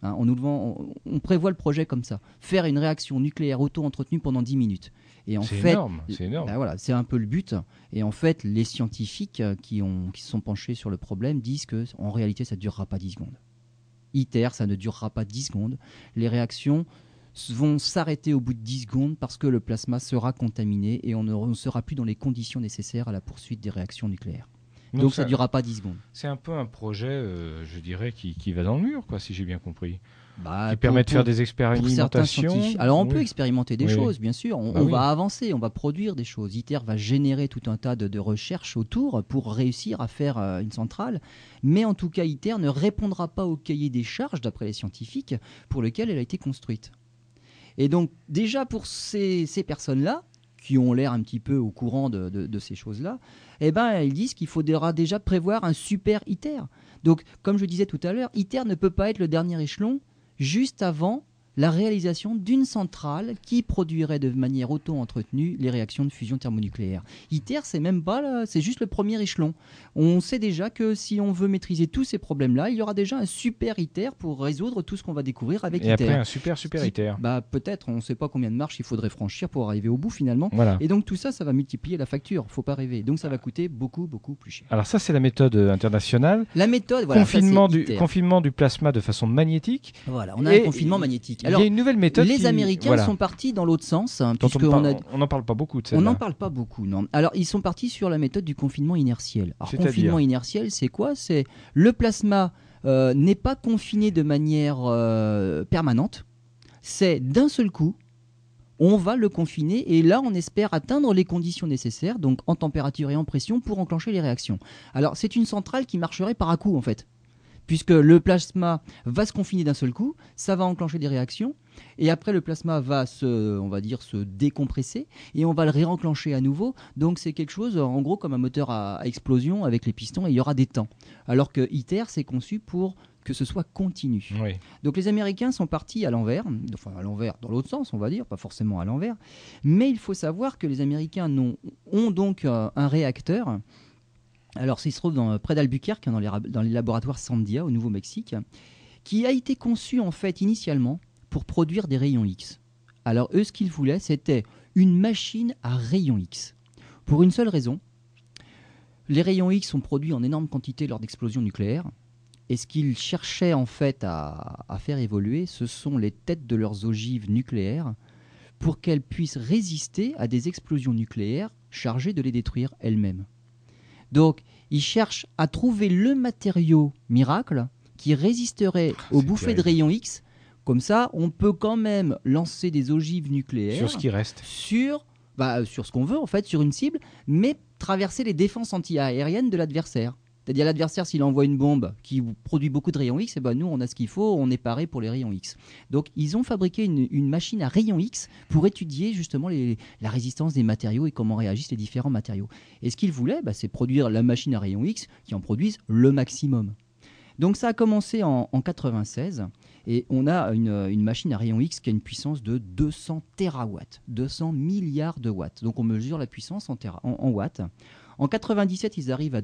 On prévoit le projet comme ça. Faire une réaction nucléaire auto-entretenue pendant 10 minutes. Et en fait, c'est énorme. Ben voilà, c'est un peu le but. Et en fait, les scientifiques qui se sont penchés sur le problème disent qu'en réalité, ça ne durera pas 10 secondes. ITER, ça ne durera pas 10 secondes. Les réactions vont s'arrêter au bout de 10 secondes parce que le plasma sera contaminé et on ne sera plus dans les conditions nécessaires à la poursuite des réactions nucléaires. Donc ça ne durera pas 10 secondes. C'est un peu un projet, je dirais, qui va dans le mur, quoi, si j'ai bien compris. Qui permet de faire des expérimentations. Alors on peut expérimenter des choses, bien sûr. On va avancer, on va produire des choses. ITER va générer tout un tas de recherches autour pour réussir à faire une centrale. Mais en tout cas, ITER ne répondra pas au cahier des charges, d'après les scientifiques, pour lequel elle a été construite. Et donc, déjà pour ces personnes-là, qui ont l'air un petit peu au courant de ces choses-là, eh ben, ils disent qu'il faudra déjà prévoir un super ITER. Donc, comme je disais tout à l'heure, ITER ne peut pas être le dernier échelon juste avant la réalisation d'une centrale qui produirait de manière auto-entretenue les réactions de fusion thermonucléaire. ITER, c'est même pas là, c'est juste le premier échelon. On sait déjà que si on veut maîtriser tous ces problèmes-là, il y aura déjà un super ITER pour résoudre tout ce qu'on va découvrir avec Et ITER. après un super ITER. Peut-être, on ne sait pas combien de marches il faudrait franchir pour arriver au bout finalement. Voilà. Et donc tout ça, ça va multiplier la facture, faut pas rêver. Donc ça va coûter beaucoup, beaucoup plus cher. Alors ça, c'est la méthode internationale. La méthode, voilà, confinement du plasma de façon magnétique. Voilà, on a un confinement magnétique. Alors, il y a une nouvelle méthode. Les Américains sont partis dans l'autre sens. On n'en parle pas beaucoup de celle-là. On n'en parle pas beaucoup, non. Alors, ils sont partis sur la méthode du confinement inertiel. Alors, confinement inertiel, c'est quoi? C'est le plasma n'est pas confiné de manière permanente. C'est d'un seul coup, on va le confiner et là, on espère atteindre les conditions nécessaires, donc en température et en pression, pour enclencher les réactions. Alors, c'est une centrale qui marcherait par à-coup, en fait. Puisque le plasma va se confiner d'un seul coup, ça va enclencher des réactions, et après le plasma va se décompresser, et on va le réenclencher à nouveau. Donc c'est quelque chose, en gros, comme un moteur à explosion avec les pistons, et il y aura des temps. Alors que ITER, c'est conçu pour que ce soit continu. Oui. Donc les Américains sont partis à l'envers, enfin à l'envers dans l'autre sens, on va dire, pas forcément à l'envers, mais il faut savoir que les Américains ont donc un réacteur. Alors, il se trouve près d'Albuquerque, dans les laboratoires Sandia, au Nouveau-Mexique, qui a été conçu, en fait, initialement, pour produire des rayons X. Alors, eux, ce qu'ils voulaient, c'était une machine à rayons X. Pour une seule raison, les rayons X sont produits en énorme quantité lors d'explosions nucléaires, et ce qu'ils cherchaient, en fait, à faire évoluer, ce sont les têtes de leurs ogives nucléaires, pour qu'elles puissent résister à des explosions nucléaires chargées de les détruire elles-mêmes. Donc, ils cherchent à trouver le matériau miracle qui résisterait aux bouffées de rayons X. Comme ça, on peut quand même lancer des ogives nucléaires sur ce qui reste, sur ce qu'on veut en fait, sur une cible, mais traverser les défenses anti-aériennes de l'adversaire. C'est-à-dire l'adversaire, s'il envoie une bombe qui produit beaucoup de rayons X, et nous, on a ce qu'il faut, on est paré pour les rayons X. Donc, ils ont fabriqué une machine à rayons X pour étudier justement la résistance des matériaux et comment réagissent les différents matériaux. Et ce qu'ils voulaient, c'est produire la machine à rayons X qui en produise le maximum. Donc, ça a commencé en 96, et on a une machine à rayons X qui a une puissance de 200 terawatts, 200 milliards de watts. Donc, on mesure la puissance en watts. En 97, ils arrivent à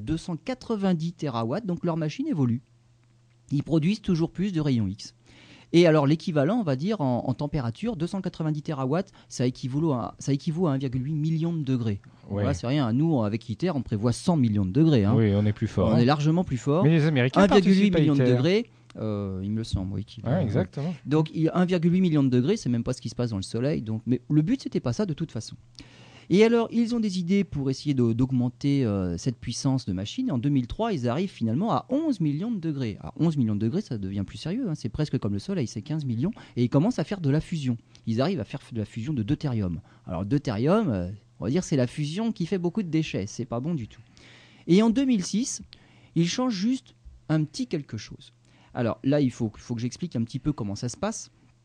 290 terawatts, donc leur machine évolue. Ils produisent toujours plus de rayons X. Et alors l'équivalent, on va dire, en température, 290 terawatts, ça équivaut à 1,8 million de degrés. Ouais. Voilà, c'est rien. Nous, avec ITER, on prévoit 100 millions de degrés. Hein. Oui, on est plus fort. On est largement plus fort. Mais les Américains 1,8 million de degrés. Il me semble, oui. Exactement. Donc 1,8 million de degrés, c'est même pas ce qui se passe dans le Soleil. Donc, mais le but, c'était pas ça de toute façon. Et alors, ils ont des idées pour essayer d'augmenter cette puissance de machine. Et en 2003, ils arrivent finalement à 11 millions de degrés. Alors, 11 millions de degrés, ça devient plus sérieux. Hein. C'est presque comme le Soleil, c'est 15 millions. Et ils commencent à faire de la fusion. Ils arrivent à faire de la fusion de deutérium. Alors, deutérium, on va dire, c'est la fusion qui fait beaucoup de déchets. C'est pas bon du tout. Et en 2006, ils changent juste un petit quelque chose. Alors là, il faut que j'explique un petit peu comment ça se passe.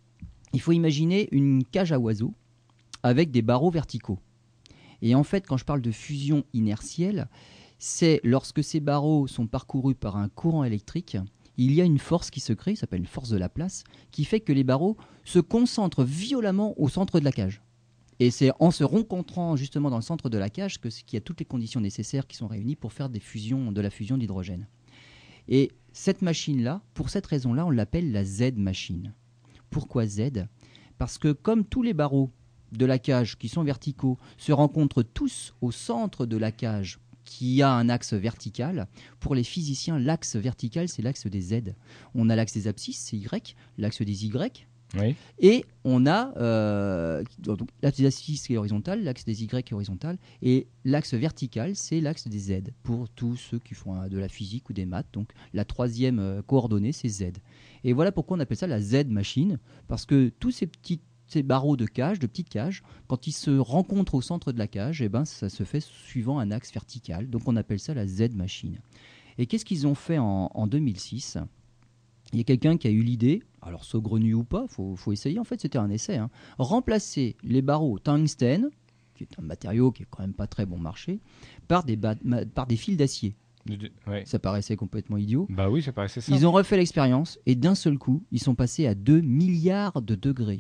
Il faut imaginer une cage à oiseaux avec des barreaux verticaux. Et en fait, quand je parle de fusion inertielle, c'est lorsque ces barreaux sont parcourus par un courant électrique, il y a une force qui se crée, qui s'appelle une force de Laplace, qui fait que les barreaux se concentrent violemment au centre de la cage. Et c'est en se rencontrant justement dans le centre de la cage qu'il y a toutes les conditions nécessaires qui sont réunies pour faire de la fusion d'hydrogène. Et cette machine-là, pour cette raison-là, on l'appelle la Z-machine. Pourquoi Z ? Parce que comme tous les barreaux de la cage qui sont verticaux se rencontrent tous au centre de la cage qui a un axe vertical, pour les physiciens, l'axe vertical, c'est l'axe des Z. On a l'axe des abscisses, c'est Y, l'axe des Y, oui. Et on a l'axe des abscisses qui est horizontal, l'axe des Y qui est horizontal, et l'axe vertical, c'est l'axe des Z, pour tous ceux qui font de la physique ou des maths. Donc la troisième coordonnée, c'est Z. Et voilà pourquoi on appelle ça la Z-machine, parce que tous ces barreaux de cage, de petites cages, quand ils se rencontrent au centre de la cage, ça se fait suivant un axe vertical. Donc on appelle ça la Z-machine. Et qu'est-ce qu'ils ont fait en 2006 ? Il y a quelqu'un qui a eu l'idée, alors saugrenue ou pas, faut essayer, en fait c'était un essai, remplacer les barreaux tungstène, qui est un matériau qui est quand même pas très bon marché, par des fils d'acier. Ouais. Ça paraissait complètement idiot. Bah oui, ça paraissait ça. Ils ont refait l'expérience et d'un seul coup, ils sont passés à 2 milliards de degrés.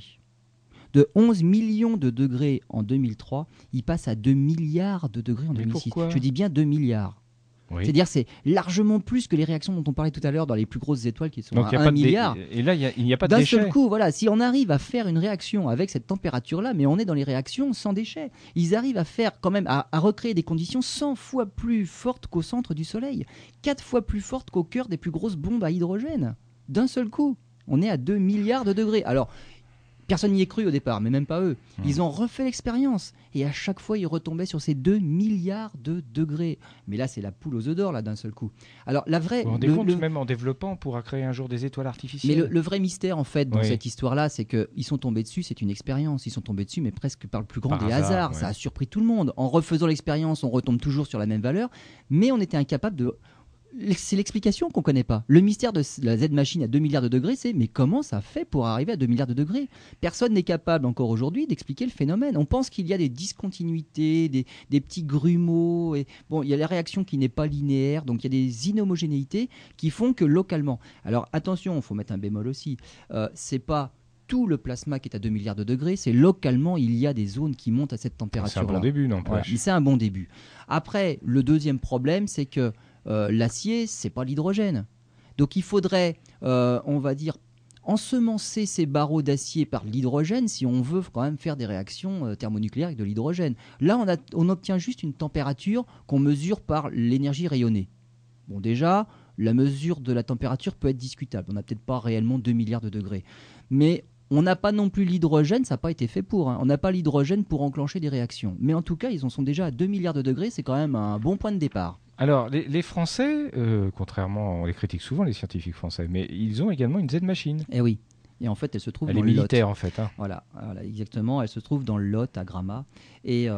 De 11 millions de degrés en 2003, ils passent à 2 milliards de degrés en Mais 2006. pourquoi ? Je dis bien 2 milliards. Oui. C'est-à-dire c'est largement plus que les réactions dont on parlait tout à l'heure dans les plus grosses étoiles qui sont Donc, à 1 milliard. Et là, il n'y a pas de D'un déchets. seul coup, voilà, si on arrive à faire une réaction avec cette température-là, mais on est dans les réactions sans déchets, ils arrivent à faire quand même à recréer des conditions 100 fois plus fortes qu'au centre du Soleil, 4 fois plus fortes qu'au cœur des plus grosses bombes à hydrogène. D'un seul coup, on est à 2 milliards de degrés. Alors, personne n'y est cru au départ, mais même pas eux. Ils ont refait l'expérience et à chaque fois, ils retombaient sur ces 2 milliards de degrés. Mais là, c'est la poule aux œufs d'or, là, d'un seul coup. Alors, la vraie... Vous vous rendez compte, même en développant, on pourra créer un jour des étoiles artificielles. Mais le vrai mystère, en fait, dans Oui. cette histoire-là, c'est qu'ils sont tombés dessus, c'est une expérience. Ils sont tombés dessus, mais presque par le plus grand Par des hasard, hasards. ouais. Ça a surpris tout le monde. En refaisant l'expérience, on retombe toujours sur la même valeur, mais on était incapable de... C'est l'explication qu'on ne connaît pas. Le mystère de la Z-machine à 2 milliards de degrés, c'est mais comment ça fait pour arriver à 2 milliards de degrés ? Personne n'est capable encore aujourd'hui d'expliquer le phénomène. On pense qu'il y a des discontinuités, des petits grumeaux. Et, bon, il y a la réaction qui n'est pas linéaire, donc il y a des inhomogénéités qui font que localement... Alors attention, il faut mettre un bémol aussi. C'est pas tout le plasma qui est à 2 milliards de degrés, c'est localement, il y a des zones qui montent à cette C'est température-là. un bon début, Voilà, n'empêche. mais c'est un bon début. Après, le deuxième problème, c'est que l'acier, c'est pas l'hydrogène. Donc il faudrait, on va dire, ensemencer ces barreaux d'acier par l'hydrogène si on veut quand même faire des réactions thermonucléaires avec de l'hydrogène. Là, on obtient juste une température qu'on mesure par l'énergie rayonnée. Bon, déjà, la mesure de la température peut être discutable. On n'a peut-être pas réellement 2 milliards de degrés. Mais on n'a pas non plus l'hydrogène, ça n'a pas été fait pour. On n'a pas l'hydrogène pour enclencher des réactions. Mais en tout cas, ils en sont déjà à 2 milliards de degrés, c'est quand même un bon point de départ. Alors, les Français, contrairement, on les critique souvent, les scientifiques français, mais ils ont également une Z-machine. Eh oui. Et en fait, elle se trouve Elle dans est le Lot. militaire, en fait. Hein. Voilà, exactement. Elle se trouve dans le Lot, à Gramma. Et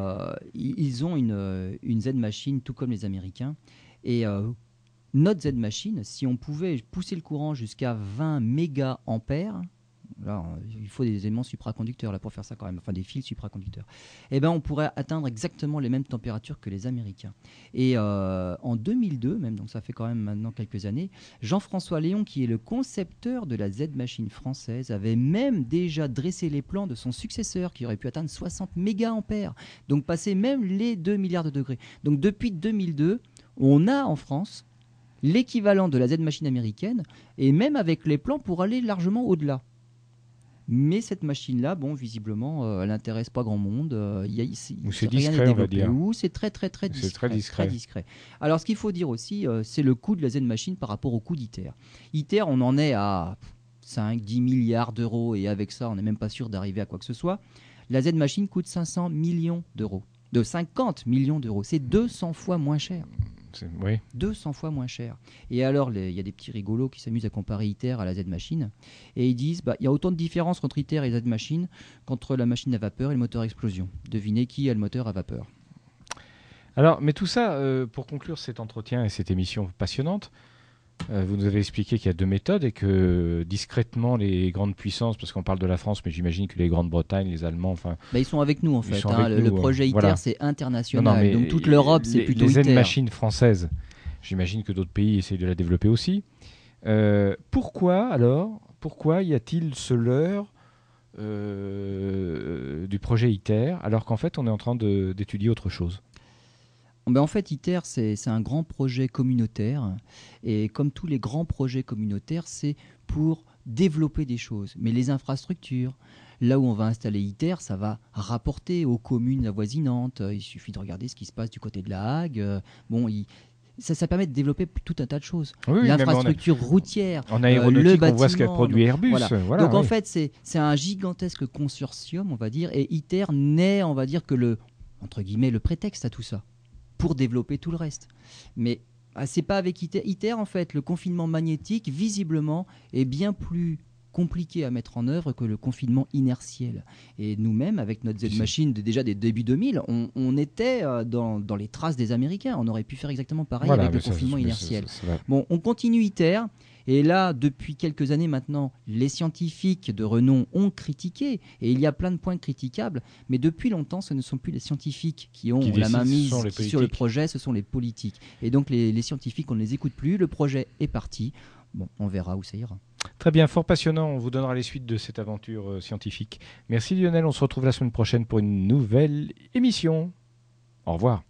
ils ont une Z-machine, tout comme les Américains. Et notre Z-machine, si on pouvait pousser le courant jusqu'à 20 méga-ampères, là, il faut des éléments supraconducteurs là, pour faire ça quand même, enfin des fils supraconducteurs, eh ben, on pourrait atteindre exactement les mêmes températures que les Américains. Et en 2002, même, donc ça fait quand même maintenant quelques années, Jean-François Léon, qui est le concepteur de la Z-machine française, avait même déjà dressé les plans de son successeur qui aurait pu atteindre 60 méga-ampères, donc passer même les 2 milliards de degrés. Donc depuis 2002, on a en France l'équivalent de la Z-machine américaine, et même avec les plans pour aller largement au-delà. Mais cette machine-là, bon, visiblement, elle n'intéresse pas grand monde. Ou c'est rien n'est discret, on va développé. dire. Ou c'est très discret. C'est très discret. Alors, ce qu'il faut dire aussi, c'est le coût de la Z-machine par rapport au coût d'ITER. ITER, on en est à 5-10 milliards d'euros, et avec ça, on n'est même pas sûr d'arriver à quoi que ce soit. La Z-machine coûte 500 millions d'euros. De 50 millions d'euros. C'est 200 fois moins cher. Oui. 200 fois moins cher. Et alors, il y a des petits rigolos qui s'amusent à comparer ITER à la Z-machine. Et ils disent, il y a autant de différence entre ITER et Z-machine qu'entre la machine à vapeur et le moteur à explosion. Devinez qui a le moteur à vapeur. Alors, mais tout ça, pour conclure cet entretien et cette émission passionnante, vous nous avez expliqué qu'il y a deux méthodes et que discrètement les grandes puissances, parce qu'on parle de la France, mais j'imagine que les Grandes-Bretagne, les Allemands, enfin... Ils sont avec nous en fait. sont avec Le nous, projet ITER, voilà. c'est international. Non, mais donc toute l'Europe, c'est plutôt les ITER. Z-machines françaises, j'imagine que d'autres pays essayent de la développer aussi. Pourquoi y a-t-il ce leurre du projet ITER, alors qu'en fait on est en train d'étudier autre chose? En fait, ITER, c'est un grand projet communautaire. Et comme tous les grands projets communautaires, c'est pour développer des choses. Mais les infrastructures, là où on va installer ITER, ça va rapporter aux communes avoisinantes. Il suffit de regarder ce qui se passe du côté de la Hague. Ça permet de développer tout un tas de choses. Oui, l'infrastructure routière, en aéronautique, le bâtiment. on voit ce qu'a produit Airbus. Voilà. Donc en fait, c'est un gigantesque consortium, on va dire. Et ITER n'est, on va dire, que entre guillemets, le prétexte à tout ça, pour développer tout le reste. Mais c'est pas avec ITER. ITER, en fait, le confinement magnétique, visiblement, est bien plus compliqué à mettre en œuvre que le confinement inertiel. Et nous-mêmes, avec notre Z-machine déjà des débuts 2000, on était dans les traces des Américains. On aurait pu faire exactement pareil avec le confinement inertiel. Bon, on continue ITER. Et là, depuis quelques années maintenant, les scientifiques de renom ont critiqué, et il y a plein de points critiquables, mais depuis longtemps, ce ne sont plus les scientifiques qui ont la main mise sur le projet, ce sont les politiques. Et donc les scientifiques, on ne les écoute plus, le projet est parti. Bon, on verra où ça ira. Très bien, fort passionnant. On vous donnera les suites de cette aventure scientifique. Merci Lionel, on se retrouve la semaine prochaine pour une nouvelle émission. Au revoir.